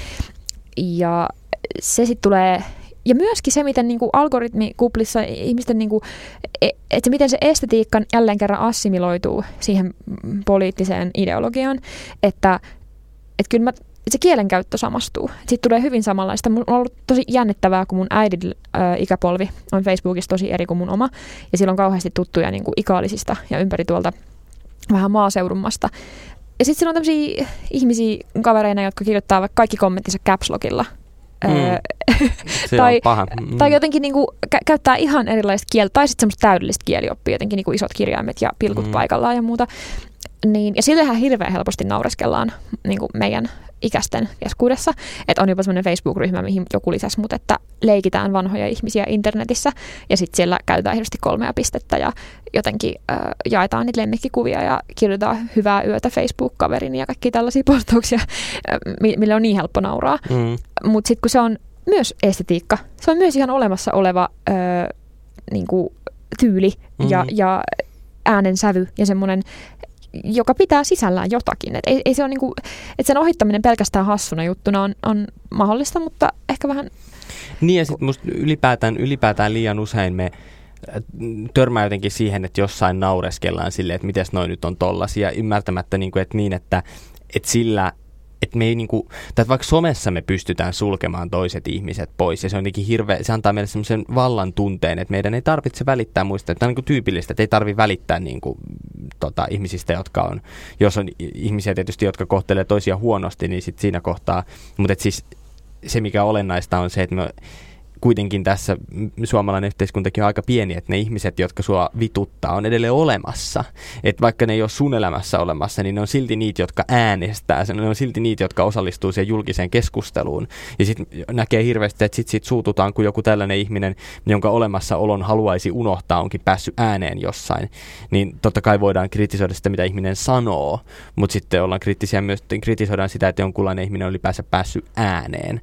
Ja se sitten tulee, ja myöskin se, miten niinku algoritmikuplissa ihmisten, niinku, että miten se estetiikka jälleen kerran assimiloituu siihen poliittiseen ideologiaan, että kyllä mä se kielenkäyttö samastuu. Siitä tulee hyvin samanlaista. Mun on ollut tosi jännittävää, kun mun äidin ikäpolvi on Facebookissa tosi eri kuin mun oma. Ja sillä on kauheasti tuttuja niin kuin Ikaalisista ja ympäri tuolta vähän maaseudummasta. Ja sitten siellä on tämmöisiä ihmisiä kavereina, jotka kirjoittaa vaikka kaikki kommenttinsa caps lockilla. Se on paha. Tai jotenkin niinku käyttää ihan erilaista kieltä, tai sitten semmoista täydellistä kielioppia, jotenkin niinku isot kirjaimet ja pilkut paikallaan ja muuta. Niin, ja sillehän hirveän helposti naureskellaan niinku meidän ikäisten keskuudessa, että on jopa semmoinen Facebook-ryhmä, mihin joku lisäsi mut, että leikitään vanhoja ihmisiä internetissä, ja sitten siellä käytetään hirveästi 3 pistettä, ja jotenkin jaetaan niitä lemmikkikuvia, ja kirjoitetaan hyvää yötä Facebook-kaverin, ja kaikki tällaisia postauksia, mille on niin helppo nauraa. Mutta sitten kun se on myös estetiikka, se on myös ihan olemassa oleva niinku, tyyli, ja äänensävy, ja semmoinen, joka pitää sisällään jotakin. Ei se ole niinku, että sen ohittaminen pelkästään hassuna juttuna on mahdollista, mutta ehkä vähän... Niin, ja sitten musta ylipäätään liian usein me törmää jotenkin siihen, että jossain naureskellaan silleen, että mites noi nyt on tollasia, ymmärtämättä niinku, että sillä... Että me ei niinku, tai vaikka somessa me pystytään sulkemaan toiset ihmiset pois, ja se on jotenkin se antaa meille semmoisen vallan tunteen, että meidän ei tarvitse välittää muista, että on niinku tyypillistä, että ei tarvitse välittää niinku, ihmisistä, jotka on, jos on ihmisiä tietysti, jotka kohtelee toisia huonosti, niin sit siinä kohtaa, mutta siis se mikä olennaista on se, että me kuitenkin tässä suomalainen yhteiskuntakin on aika pieni, että ne ihmiset, jotka sua vituttaa, on edelleen olemassa. Että vaikka ne ei ole sun elämässä olemassa, niin ne on silti niitä, jotka äänestää. Ne on silti niitä, jotka osallistuu siihen julkiseen keskusteluun. Ja sitten näkee hirveästi, että sit suututaan, kun joku tällainen ihminen, jonka olemassaolon haluaisi unohtaa, onkin päässyt ääneen jossain. Niin totta kai voidaan kritisoida sitä, mitä ihminen sanoo, mutta sitten ollaan kriittisiä myös, kritisoidaan sitä, että jonkunlainen ihminen on ylipäänsä päässyt ääneen.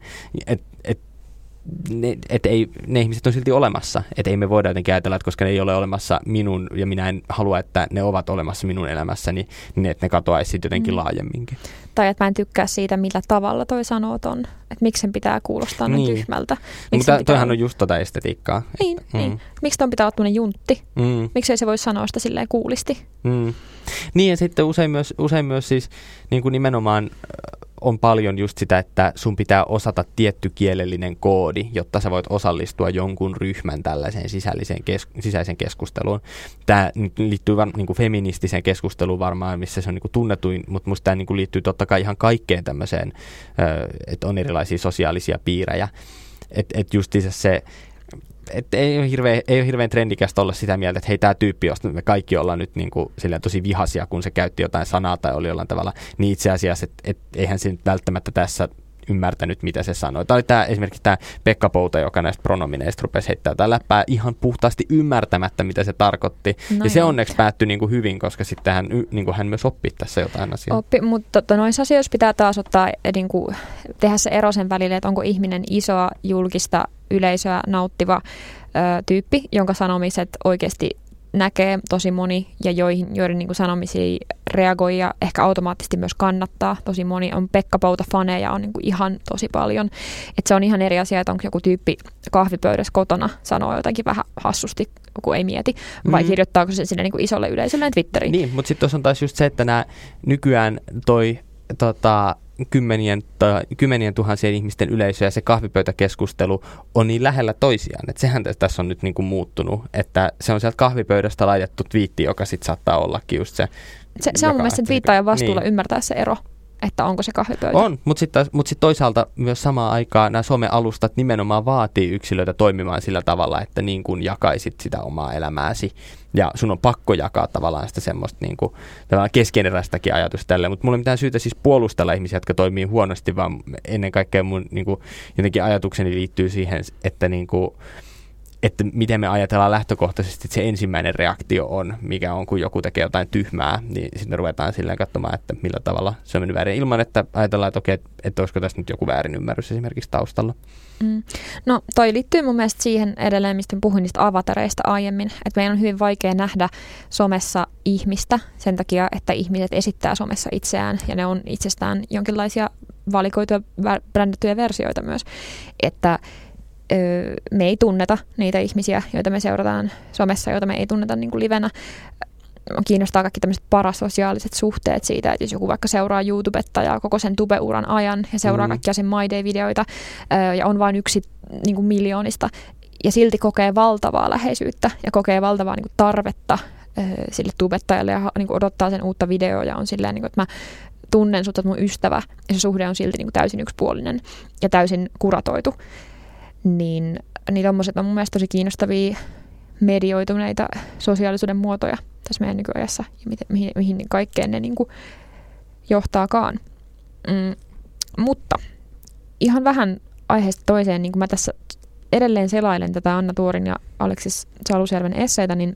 Ne ihmiset on silti olemassa. Että ei me voida jotenkin ajatella, että koska ne ei ole olemassa minun ja minä en halua, että ne ovat olemassa minun elämässäni, niin että ne katoaisi sitten jotenkin laajemminkin. Tai että mä en tykkää siitä, millä tavalla toi sanoo ton. Että miksi sen pitää kuulostaa niin tyhmältä. Mutta toihan on just tota estetiikkaa. Niin. Miksi ton pitää olla tuollainen juntti? Miksi ei se voi sanoa sitä silleen kuulisti? Niin ja sitten usein myös siis niin kuin nimenomaan on paljon just sitä, että sun pitää osata tietty kielellinen koodi, jotta sä voit osallistua jonkun ryhmän tällaiseen sisäiseen keskusteluun. Tämä liittyy niin kuin feministiseen keskusteluun varmaan, missä se on niin kuin tunnetuin, mutta musta tämä niin kuin liittyy totta kai ihan kaikkeen tämmöiseen, että on erilaisia sosiaalisia piirejä. Että justiinsa se... Että ei ole hirveän trendikästä olla sitä mieltä, että hei, tämä tyyppi, josta me kaikki ollaan nyt niin kuin tosi vihaisia, kun se käytti jotain sanaa tai oli jollain tavalla, niin itse asiassa, että eihän se nyt välttämättä tässä ymmärtänyt, mitä se sanoi. Tämä oli esimerkiksi tämä Pekka Pouta, joka näistä pronomineista rupesi heittämään tätä läppää ihan puhtaasti ymmärtämättä, mitä se tarkoitti. No ja se onneksi päättyi niin kuin hyvin, koska sitten hän myös oppi tässä jotain asiaa. Mutta noissa asioissa pitää taas ottaa, niin kuin, tehdä se ero sen välille, että onko ihminen isoa julkista yleisöä nauttiva tyyppi, jonka sanomiset oikeasti näkee tosi moni ja joiden niin kuin sanomisia reagoi ja ehkä automaattisesti myös kannattaa. Tosi moni on Pekka Pouta-faneja on niin kuin ihan tosi paljon. Et se on ihan eri asia, että onko joku tyyppi kahvipöydässä kotona sanoo jotakin vähän hassusti, kun ei mieti, vai kirjoittaako se sinne niin kuin isolle yleisölle Twitteriin. Niin, mutta sitten tuossa on taas just se, että nämä nykyään kymmenien tuhansien ihmisten yleisö ja se kahvipöytäkeskustelu on niin lähellä toisiaan. Että sehän tässä on nyt niin kuin muuttunut, että se on sieltä kahvipöydästä laitettu twiitti, joka sitten saattaa ollakin just se. Se on mun mielestä twiittaajan vastuulla ymmärtää se ero, että onko se kahvipöytä. On, mutta sitten toisaalta myös samaan aikaan nämä some-alustat nimenomaan vaatii yksilöitä toimimaan sillä tavalla, että niin kuin jakaisit sitä omaa elämääsi. Ja sun on pakko jakaa tavallaan sitä semmoista niin kuin, keskeneräistäkin ajatusta tälle. Mutta mulla ei mitään syytä siis puolustella ihmisiä, jotka toimii huonosti, vaan ennen kaikkea mun niin kuin, jotenkin ajatukseni liittyy siihen, että niin kuin, että miten me ajatellaan lähtökohtaisesti, että se ensimmäinen reaktio on, mikä on, kun joku tekee jotain tyhmää, niin sitten me ruvetaan silleen katsomaan, että millä tavalla se on mennyt väärin, ilman että ajatellaan, että okei, että olisiko tässä nyt joku väärinymmärrys esimerkiksi taustalla. No toi liittyy mun mielestä siihen edelleen, mistä puhuin niistä avatareista aiemmin, että meidän on hyvin vaikea nähdä somessa ihmistä sen takia, että ihmiset esittää somessa itseään ja ne on itsestään jonkinlaisia valikoituja, brändättyjä versioita myös, että me ei tunneta niitä ihmisiä, joita me seurataan somessa, joita me ei tunneta niin kuin livenä. kiinnostaa kaikki tämmöiset parasosiaaliset suhteet siitä, että jos joku vaikka seuraa YouTubetta ja koko sen tube-uran ajan ja seuraa kaikkia sen My Day-videoita ja on vain yksi niin kuin miljoonista ja silti kokee valtavaa läheisyyttä ja kokee valtavaa niin kuin tarvetta sille tubettajalle ja niin kuin odottaa sen uutta videoa ja on silleen, niin kuin, että mä tunnen sut, että mun ystävä ja se suhde on silti niin kuin täysin yksipuolinen ja täysin kuratoitu, niin tommoset on mun mielestä tosi kiinnostavia medioituneita sosiaalisuuden muotoja tässä meidän nykyajassa ja mihin kaikkeen ne niin kuin johtaakaan. Mutta ihan vähän aiheesta toiseen, niin kuin mä tässä edelleen selailen tätä Anna Tuorin ja Aleksis Salusjärven esseitä, niin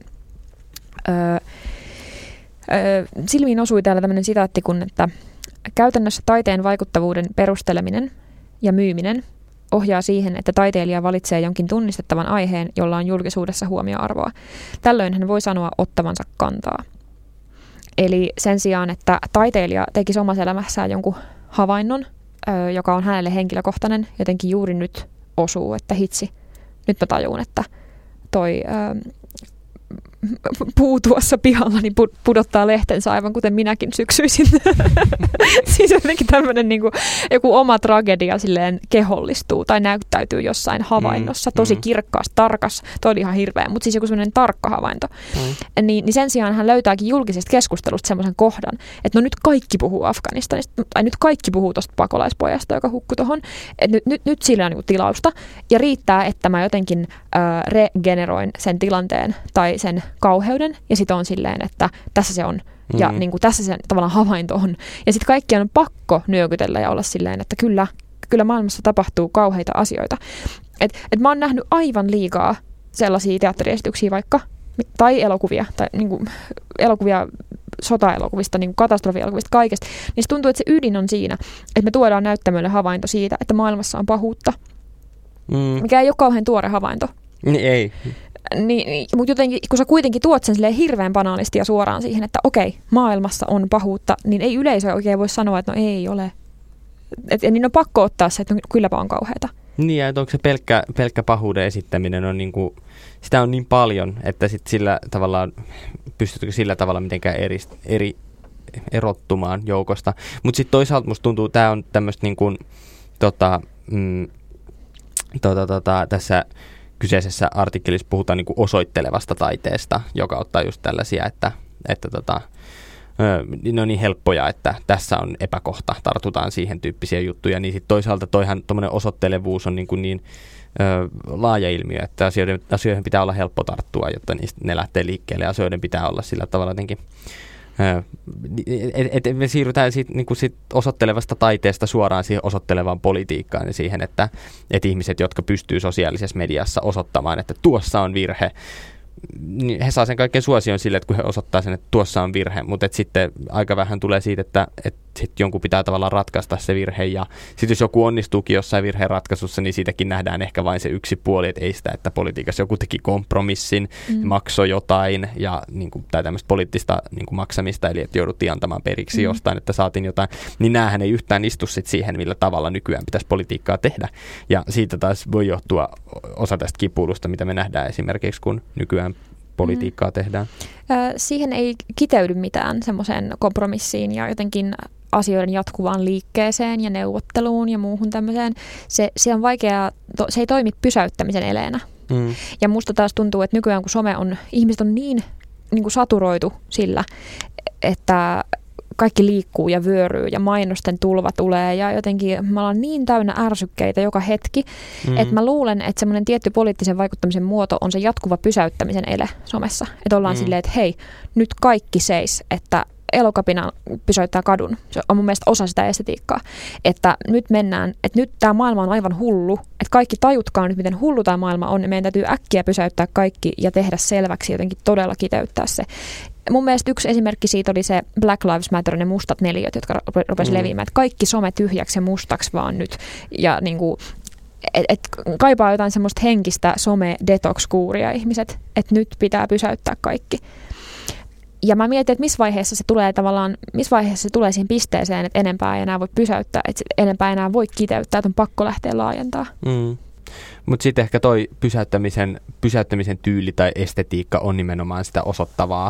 silmiin osui täällä tämmöinen sitaatti, kun että käytännössä taiteen vaikuttavuuden perusteleminen ja myyminen ohjaa siihen, että taiteilija valitsee jonkin tunnistettavan aiheen, jolla on julkisuudessa huomioarvoa. Tällöin hän voi sanoa ottavansa kantaa. Eli sen sijaan, että taiteilija tekisi omassa elämässään jonkun havainnon, joka on hänelle henkilökohtainen, jotenkin juuri nyt osuu, että hitsi, nyt mä tajun, että toi puu tuossa pihalla niin pudottaa lehtensä aivan kuten minäkin syksyisin. Siis jotenkin tämmöinen niin kuin, joku oma tragedia silleen kehollistuu tai näyttäytyy jossain havainnossa. Tosi kirkkaas, tarkas. Toi oli ihan hirveä, mutta siis joku semmoinen tarkka havainto. Niin sen sijaan hän löytääkin julkisesta keskustelusta semmoisen kohdan, että no nyt kaikki puhuu Afganistanista, tai nyt kaikki puhuu tuosta pakolaispojasta, joka hukkui tuohon. Nyt sillä on niin kuin tilausta. Ja riittää, että mä jotenkin regeneroin sen tilanteen tai sen kauheuden, ja sitten on silleen, että tässä se on, ja niin kuin tässä se tavallaan havainto on. Ja sitten kaikkien on pakko nyökytellä ja olla silleen, että kyllä maailmassa tapahtuu kauheita asioita. Et mä oon nähnyt aivan liikaa sellaisia teatteriesityksiä vaikka, tai elokuvia, tai niin kuin elokuvia sotaelokuvista, niin kuin katastrofielokuvista, kaikesta. Niin se tuntuu, että se ydin on siinä, että me tuodaan näyttämölle havainto siitä, että maailmassa on pahuutta, mikä ei ole kauhean tuore havainto. Ei. Mutta jotenkin, kun sä kuitenkin tuot sen hirveän banaalisti ja suoraan siihen, että okei, maailmassa on pahuutta, niin ei yleisö oikein voi sanoa, että no ei ole. Niin on pakko ottaa se, että no, kylläpä on kauheata. Niin, ja onko se pelkkä pahuuden esittäminen, on niinku, sitä on niin paljon, että sit sillä tavalla, pystytkö sillä tavalla mitenkään erottumaan joukosta. Mutta sitten toisaalta musta tuntuu, tämä on tämmöistä niinku, tässä kyseisessä artikkelissa puhutaan niin kuin osoittelevasta taiteesta, joka ottaa just tällaisia, että ne on niin helppoja, että tässä on epäkohta, tartutaan siihen tyyppisiä juttuja, niin sitten toisaalta tuommoinen osoittelevuus on niin laaja ilmiö, että asioihin pitää olla helppo tarttua, jotta ne lähtee liikkeelle, ja asioiden pitää olla sillä tavalla jotenkin, että me siirrytään siitä osoittelevasta taiteesta suoraan siihen osoittelevaan politiikkaan ja siihen, että ihmiset, jotka pystyy sosiaalisessa mediassa osoittamaan, että tuossa on virhe, niin he saa sen kaikkein suosion sille, että kun he osoittaa sen, että tuossa on virhe, mutta sitten aika vähän tulee siitä, että sitten jonkun pitää tavallaan ratkaista se virhe, ja sitten jos joku onnistuukin jossain virheen ratkaisussa, niin siitäkin nähdään ehkä vain se yksi puoli, että ei sitä, että politiikassa joku teki kompromissin, maksoi jotain, ja niin kuin, tai tämmöistä poliittista niin kuin maksamista, eli että jouduttiin antamaan periksi jostain, että saatiin jotain, niin näähän ei yhtään istu sitten siihen, millä tavalla nykyään pitäisi politiikkaa tehdä, ja siitä taas voi johtua osa tästä kipuilusta, mitä me nähdään esimerkiksi, kun nykyään politiikkaa tehdään. Siihen ei kiteydy mitään semmoiseen kompromissiin ja jotenkin asioiden jatkuvaan liikkeeseen ja neuvotteluun ja muuhun tämmöiseen. Se on vaikeaa, se ei toimi pysäyttämisen eleenä. Ja musta taas tuntuu, että nykyään kun ihmiset on niin kuin saturoitu sillä, että kaikki liikkuu ja vyöryy ja mainosten tulva tulee ja jotenkin me ollaan niin täynnä ärsykkeitä joka hetki, että mä luulen, että semmoinen tietty poliittisen vaikuttamisen muoto on se jatkuva pysäyttämisen ele somessa. Että ollaan silleen, että hei, nyt kaikki seis, että Elokapina pysäyttää kadun. Se on mun mielestä osa sitä estetiikkaa. Että nyt mennään, että nyt tämä maailma on aivan hullu, että kaikki tajutkaa nyt, miten hullu tämä maailma on, ja meidän täytyy äkkiä pysäyttää kaikki ja tehdä selväksi, jotenkin todella kiteyttää se. Mun mielestä yksi esimerkki siitä oli se Black Lives Matter, ne mustat neliöt, jotka rupesi leviämään, että kaikki some tyhjäksi ja mustaksi vaan nyt. Ja niinku, kaipaa jotain semmoista henkistä some-detox-kuuria ihmiset, että nyt pitää pysäyttää kaikki. Ja mä mietin, että missä vaiheessa se tulee siihen pisteeseen, että enempää ei enää voi pysäyttää, että enempää ei enää voi kiteyttää, että on pakko lähteä laajentaa. Mutta sitten ehkä toi pysäyttämisen tyyli tai estetiikka on nimenomaan sitä osoittavaa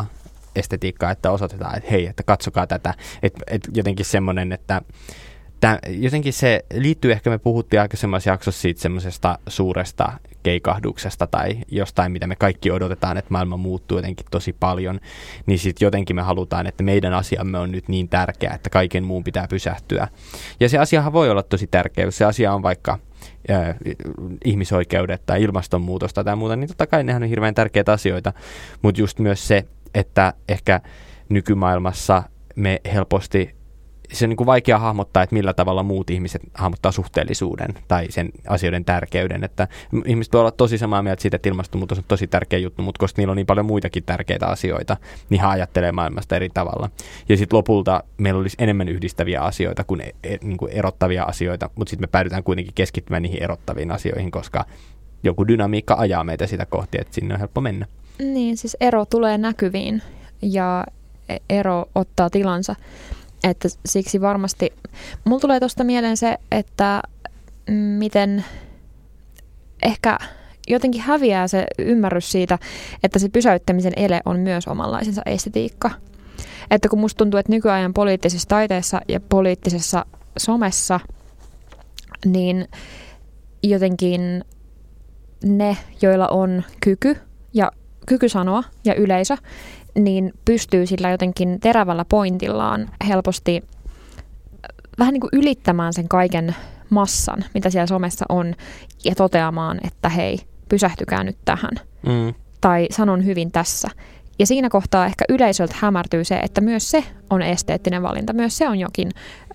estetiikkaa, että osoitetaan, että hei, että katsokaa tätä. Että jotenkin semmoinen, että jotenkin se liittyy, ehkä me puhuttiin aikaisemmassa jaksossa siitä semmoisesta suuresta keikahduksesta tai jostain, mitä me kaikki odotetaan, että maailma muuttuu jotenkin tosi paljon, niin sitten jotenkin me halutaan, että meidän asiamme on nyt niin tärkeä, että kaiken muun pitää pysähtyä. Ja se asiahan voi olla tosi tärkeä, jos se asia on vaikka ihmisoikeudet tai ilmastonmuutosta tai muuta, niin totta kai nehän on hirveän tärkeitä asioita, mutta just myös se, että ehkä nykymaailmassa me helposti se on niin kuin vaikea hahmottaa, että millä tavalla muut ihmiset hahmottaa suhteellisuuden tai sen asioiden tärkeyden. Että ihmiset voi olla tosi samaa mieltä siitä, että ilmastonmuutos on tosi tärkeä juttu, mutta koska niillä on niin paljon muitakin tärkeitä asioita, niin he ajattelee maailmasta eri tavalla. Ja sitten lopulta meillä olisi enemmän yhdistäviä asioita kuin, niin kuin erottavia asioita, mutta sitten me päädytään kuitenkin keskittymään niihin erottaviin asioihin, koska joku dynamiikka ajaa meitä sitä kohti, että sinne on helppo mennä. Niin, siis ero tulee näkyviin ja ero ottaa tilansa. Että siksi varmasti, mulla tulee tuosta mieleen se, että miten ehkä jotenkin häviää se ymmärrys siitä, että se pysäyttämisen ele on myös omanlaisensa estetiikka. Että kun musta tuntuu, että nykyajan poliittisessa taiteessa ja poliittisessa somessa, niin jotenkin ne, joilla on kyky sanoa ja yleisö, niin pystyy sillä jotenkin terävällä pointillaan helposti vähän niin kuin ylittämään sen kaiken massan, mitä siellä somessa on, ja toteamaan, että hei, pysähtykää nyt tähän. Tai sanon hyvin tässä. Ja siinä kohtaa ehkä yleisöltä hämärtyy se, että myös se on esteettinen valinta, myös se on jokin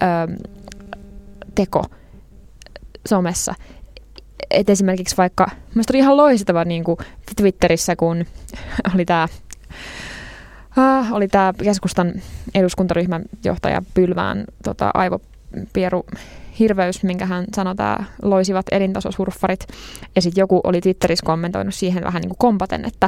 teko somessa. Et esimerkiksi vaikka, mielestäni oli ihan loistava niin kuin Twitterissä, kun oli tämä keskustan eduskuntaryhmän johtaja Pylvään aivopieru hirveys, minkä hän sanoi, tämä loisivat elintasosurffarit. Ja sitten joku oli Twitterissä kommentoinut siihen vähän niin kuin kompaten, että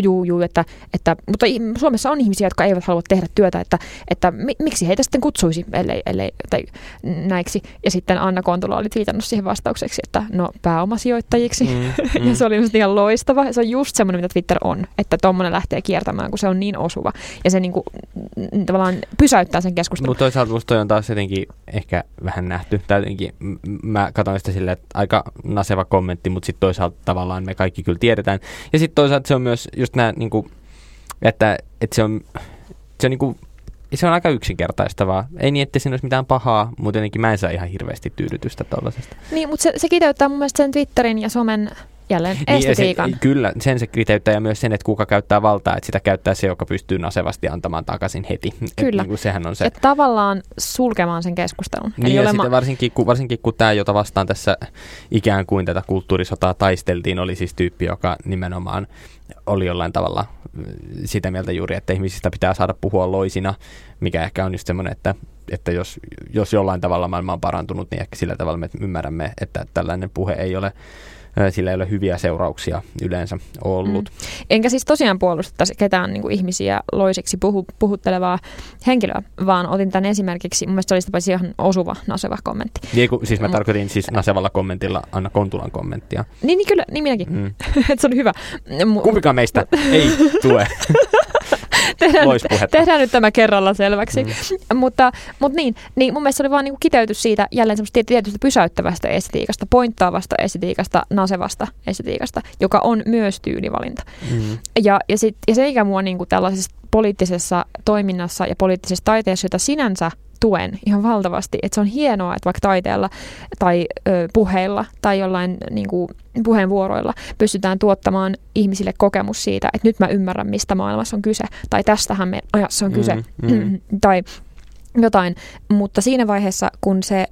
mutta Suomessa on ihmisiä, jotka eivät halua tehdä työtä, että miksi heitä sitten kutsuisi, ellei tai näiksi. Ja sitten Anna Kontula oli twiitannut siihen vastaukseksi, että no pääomasijoittajiksi. Ja se oli ihan loistava. Se on just semmoinen, mitä Twitter on, että tommoinen lähtee kiertämään, kun se on niin osuva. Ja se niin kuin, tavallaan pysäyttää sen keskustelun. Mutta toisaalta musta toi on taas jotenkin ehkä vähän nähty. Jotenkin, mä katson sitä silleen, että aika naseva kommentti, mutta sitten toisaalta tavallaan me kaikki kyllä tiedetään. Ja sitten toisaalta se on myös just nämä, niinku, että se on niinku, se on aika yksinkertaistavaa. Ei niin, että siinä olisi mitään pahaa, mutta jotenkin mä en saa ihan hirveästi tyydytystä tollasesta. Niin, mutta se kiteyttää mun mielestä sen Twitterin ja somen jälleen estetiikan. Niin, kyllä, se kiteyttää ja myös sen, että kuka käyttää valtaa, että sitä käyttää se, joka pystyy nasevasti antamaan takaisin heti. Kyllä, niin sehän on se. Että tavallaan sulkemaan sen keskustelun. Niin, ja sitten varsinkin kun tämä, jota vastaan tässä ikään kuin tätä kulttuurisotaa taisteltiin, oli siis tyyppi, joka nimenomaan oli jollain tavalla sitä mieltä juuri, että ihmisistä pitää saada puhua loisina, mikä ehkä on just semmoinen, että jos jollain tavalla maailma on parantunut, niin ehkä sillä tavalla me ymmärrämme, että tällainen puhe ei ole, sillä ei ole hyviä seurauksia yleensä ollut. Enkä siis tosiaan puolustaisi ketään niin kuin ihmisiä loisiksi puhuttelevaa henkilöä, vaan otin tämän esimerkiksi, mun mielestä se olisi ihan osuva, naseva kommentti. Siis mä tarkoitin siis nasevalla kommentilla Anna Kontulan kommenttia. Niin kyllä, niin minäkin. Että se oli hyvä. Kumpikaan meistä ei tue. Tehdään nyt tämä kerralla selväksi. Mutta niin mun mielestä se oli vaan niinku kiteytys siitä jälleen semmoista tietystä pysäyttävästä estetiikasta, pointtaavasta estetiikasta, nasevasta estetiikasta, joka on myös tyylivalinta. Ja se mikä mua niinku tällaisessa poliittisessa toiminnassa ja poliittisessa taiteessa, jota sinänsä tuen ihan valtavasti, että se on hienoa, että vaikka taiteella tai puheilla tai jollain niin kuin puheenvuoroilla pystytään tuottamaan ihmisille kokemus siitä, että nyt mä ymmärrän, mistä maailmassa on kyse, tai tästähän me ajassa on kyse, tai jotain. Mutta siinä vaiheessa, kun se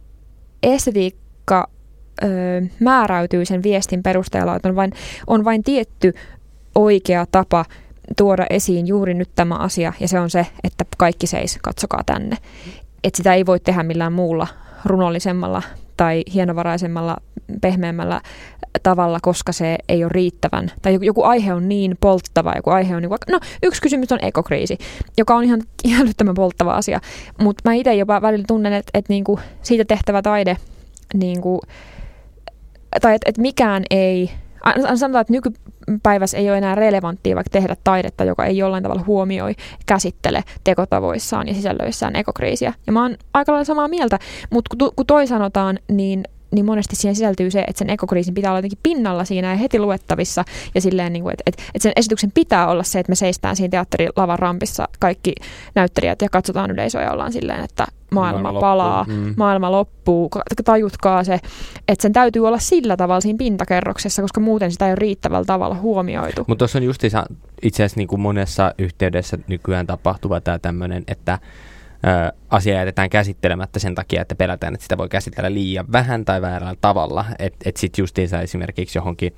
estetiikka määräytyy sen viestin perusteella, että on vain tietty oikea tapa tuoda esiin juuri nyt tämä asia, ja se on se, että kaikki seis, katsokaa tänne. Että sitä ei voi tehdä millään muulla runollisemmalla tai hienovaraisemmalla, pehmeämmällä tavalla, koska se ei ole riittävän. Tai joku aihe on niin polttava, joku aihe on yksi kysymys on ekokriisi, joka on ihan älyttömän polttava asia. Mutta mä itse jopa välillä tunnen, että niinku siitä tehtävä taide, niinku, tai että mikään ei Sanotaan, että nykypäivässä ei ole enää relevanttia vaikka tehdä taidetta, joka ei jollain tavalla huomioi, käsittele tekotavoissaan ja sisällöissään ekokriisiä. Ja mä oon aika lailla samaa mieltä, mutta kun toi sanotaan, niin monesti siihen sisältyy se, että sen ekokriisin pitää olla jotenkin pinnalla siinä ja heti luettavissa. Ja silleen, että sen esityksen pitää olla se, että me seistään siinä teatterilavan rampissa kaikki näyttelijät ja katsotaan yleisöä ja ollaan silleen, että maailma palaa, maailma loppuu. Tajutkaa se, että sen täytyy olla sillä tavalla siinä pintakerroksessa, koska muuten sitä ei ole riittävällä tavalla huomioitu. Mutta tuossa on just itse asiassa niin kuin monessa yhteydessä nykyään tapahtuva tämä tämmöinen, että asia jätetään käsittelemättä sen takia, että pelätään, että sitä voi käsitellä liian vähän tai väärällä tavalla. Että sitten justiinsa esimerkiksi johonkin,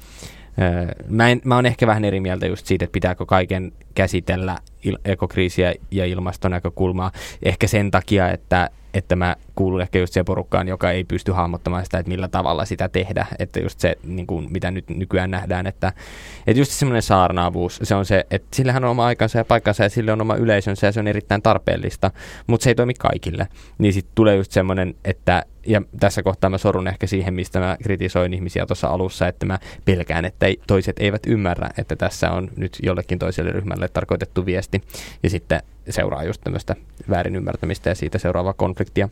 mä oon ehkä vähän eri mieltä just siitä, että pitääkö kaiken käsitellä ekokriisiä ja ilmastonäkökulmaa. Ehkä sen takia, että mä kuulun ehkä just siihen porukkaan, joka ei pysty hahmottamaan sitä, että millä tavalla sitä tehdä. Että just se, niin kuin, mitä nyt nykyään nähdään, että just semmoinen saarnaavuus, se on se, että sillähän on oma aikansa ja paikkansa ja sille on oma yleisönsä ja se on erittäin tarpeellista, mutta se ei toimi kaikille. Niin sitten tulee just semmoinen, että, ja tässä kohtaa mä sorun ehkä siihen, mistä mä kritisoin ihmisiä tuossa alussa, että mä pelkään, että toiset eivät ymmärrä, että tässä on nyt jollekin toiselle ryhmälle tarkoitettu viesti ja sitten seuraa just tämmöistä väärin ymmärtämistä ja siitä seuraavaa konfliktia.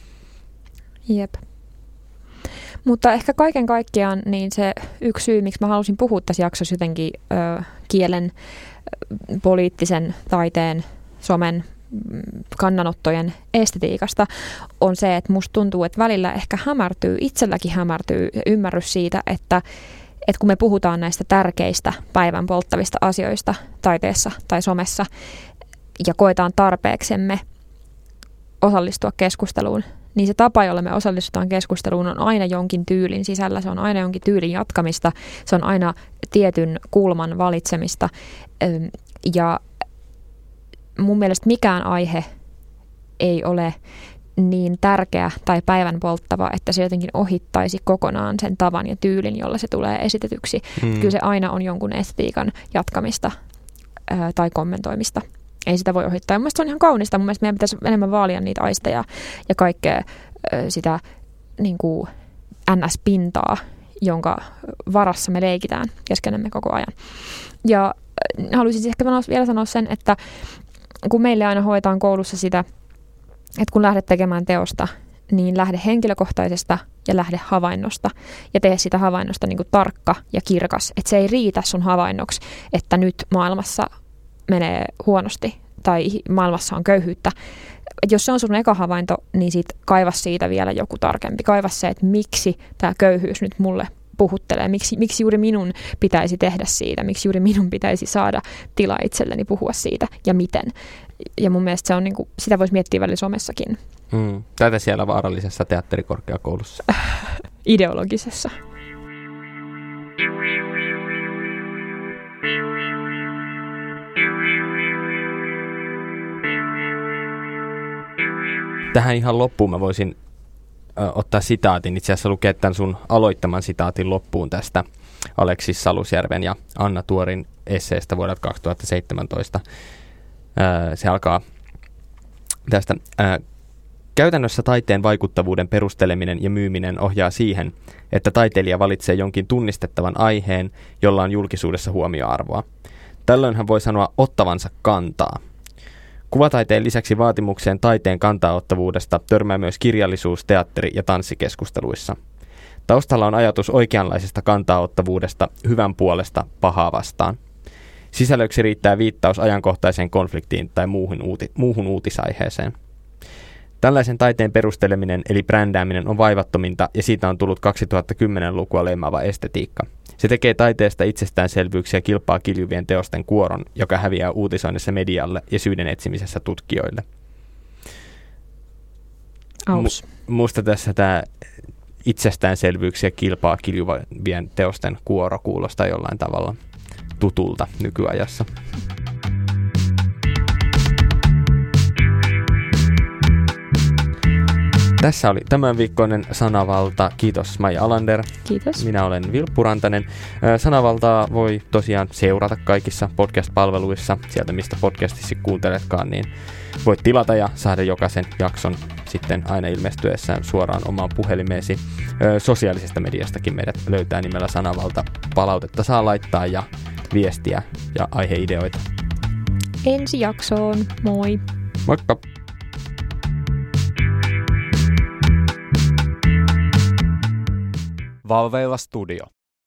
Jep. Mutta ehkä kaiken kaikkiaan niin se yksi syy, miksi mä halusin puhua tässä jaksossa jotenkin kielen, poliittisen taiteen, somen, kannanottojen estetiikasta, on se, että musta tuntuu, että välillä ehkä itselläkin hämärtyy ymmärrys siitä, että kun me puhutaan näistä tärkeistä päivän polttavista asioista taiteessa tai somessa ja koetaan tarpeeksemme osallistua keskusteluun, niin se tapa, jolla me osallistutaan keskusteluun, on aina jonkin tyylin sisällä, se on aina jonkin tyylin jatkamista, se on aina tietyn kulman valitsemista. Ja mun mielestä mikään aihe ei ole niin tärkeä tai päivän polttava, että se jotenkin ohittaisi kokonaan sen tavan ja tyylin, jolla se tulee esitetyksi. Kyllä se aina on jonkun estetiikan jatkamista tai kommentoimista. Ei sitä voi ohittaa. Mun mielestä se on ihan kaunista. Mun mielestä meidän pitäisi enemmän vaalia niitä aisteja ja kaikkea sitä niin kuin NS-pintaa, jonka varassa me leikitään keskenämme koko ajan. Ja haluaisin ehkä vielä sanoa sen, että kun meille aina hoetaan koulussa sitä, että kun lähdet tekemään teosta, niin lähde henkilökohtaisesta ja lähde havainnosta. Ja tee sitä havainnosta niin kuin tarkka ja kirkas. Että se ei riitä sun havainnoksi, että nyt maailmassa menee huonosti tai maailmassa on köyhyyttä. Jos se on sun eka havainto, niin sit kaivas siitä vielä joku tarkempi. Kaivas se, että miksi tämä köyhyys nyt mulle puhuttelee. Miksi juuri minun pitäisi tehdä siitä? Miksi juuri minun pitäisi saada tila itselleni puhua siitä ja miten? Ja mun mielestä se on niinku, sitä voisi miettiä välillä somessakin. Tätä siellä vaarallisessa teatterikorkeakoulussa. Ideologisessa. Tähän ihan loppuun mä voisin ottaa sitaatin, itse asiassa lukea tämän sun aloittaman sitaatin loppuun tästä Aleksis Salusjärven ja Anna Tuorin esseestä vuodelta 2017. Se alkaa tästä. Käytännössä taiteen vaikuttavuuden perusteleminen ja myyminen ohjaa siihen, että taiteilija valitsee jonkin tunnistettavan aiheen, jolla on julkisuudessa huomioarvoa. Tällöin hän voi sanoa ottavansa kantaa. Kuvataiteen lisäksi vaatimukseen taiteen kantaanottavuudesta törmää myös kirjallisuus-, teatteri- ja tanssikeskusteluissa. Taustalla on ajatus oikeanlaisesta kantaanottavuudesta hyvän puolesta pahaa vastaan. Sisällöksi riittää viittaus ajankohtaiseen konfliktiin tai muuhun uutisaiheeseen. Tällaisen taiteen perusteleminen eli brändääminen on vaivattominta ja siitä on tullut 2010-lukua leimaava estetiikka. Se tekee taiteesta itsestäänselvyyksiä kilpaa kiljuvien teosten kuoron, joka häviää uutisoinnissa medialle ja syiden etsimisessä tutkijoille. Musta tässä tämä itsestäänselvyyksiä kilpaa kiljuvien teosten kuoro kuulostaa jollain tavalla tutulta nykyajassa. Tässä oli tämän viikkoinen Sanavalta. Kiitos Maija Alander. Kiitos. Minä olen Vilppu Rantanen. Sanavaltaa voi tosiaan seurata kaikissa podcast-palveluissa. Sieltä mistä podcastissa kuunteletkaan, niin voit tilata ja saada jokaisen jakson sitten aina ilmestyessään suoraan omaan puhelimeesi. Sosiaalisesta mediastakin meidät löytää nimellä Sanavalta. palautetta saa laittaa ja viestiä ja aiheideoita. Ensi jaksoon, moi! Moikka! Valveilla Studio.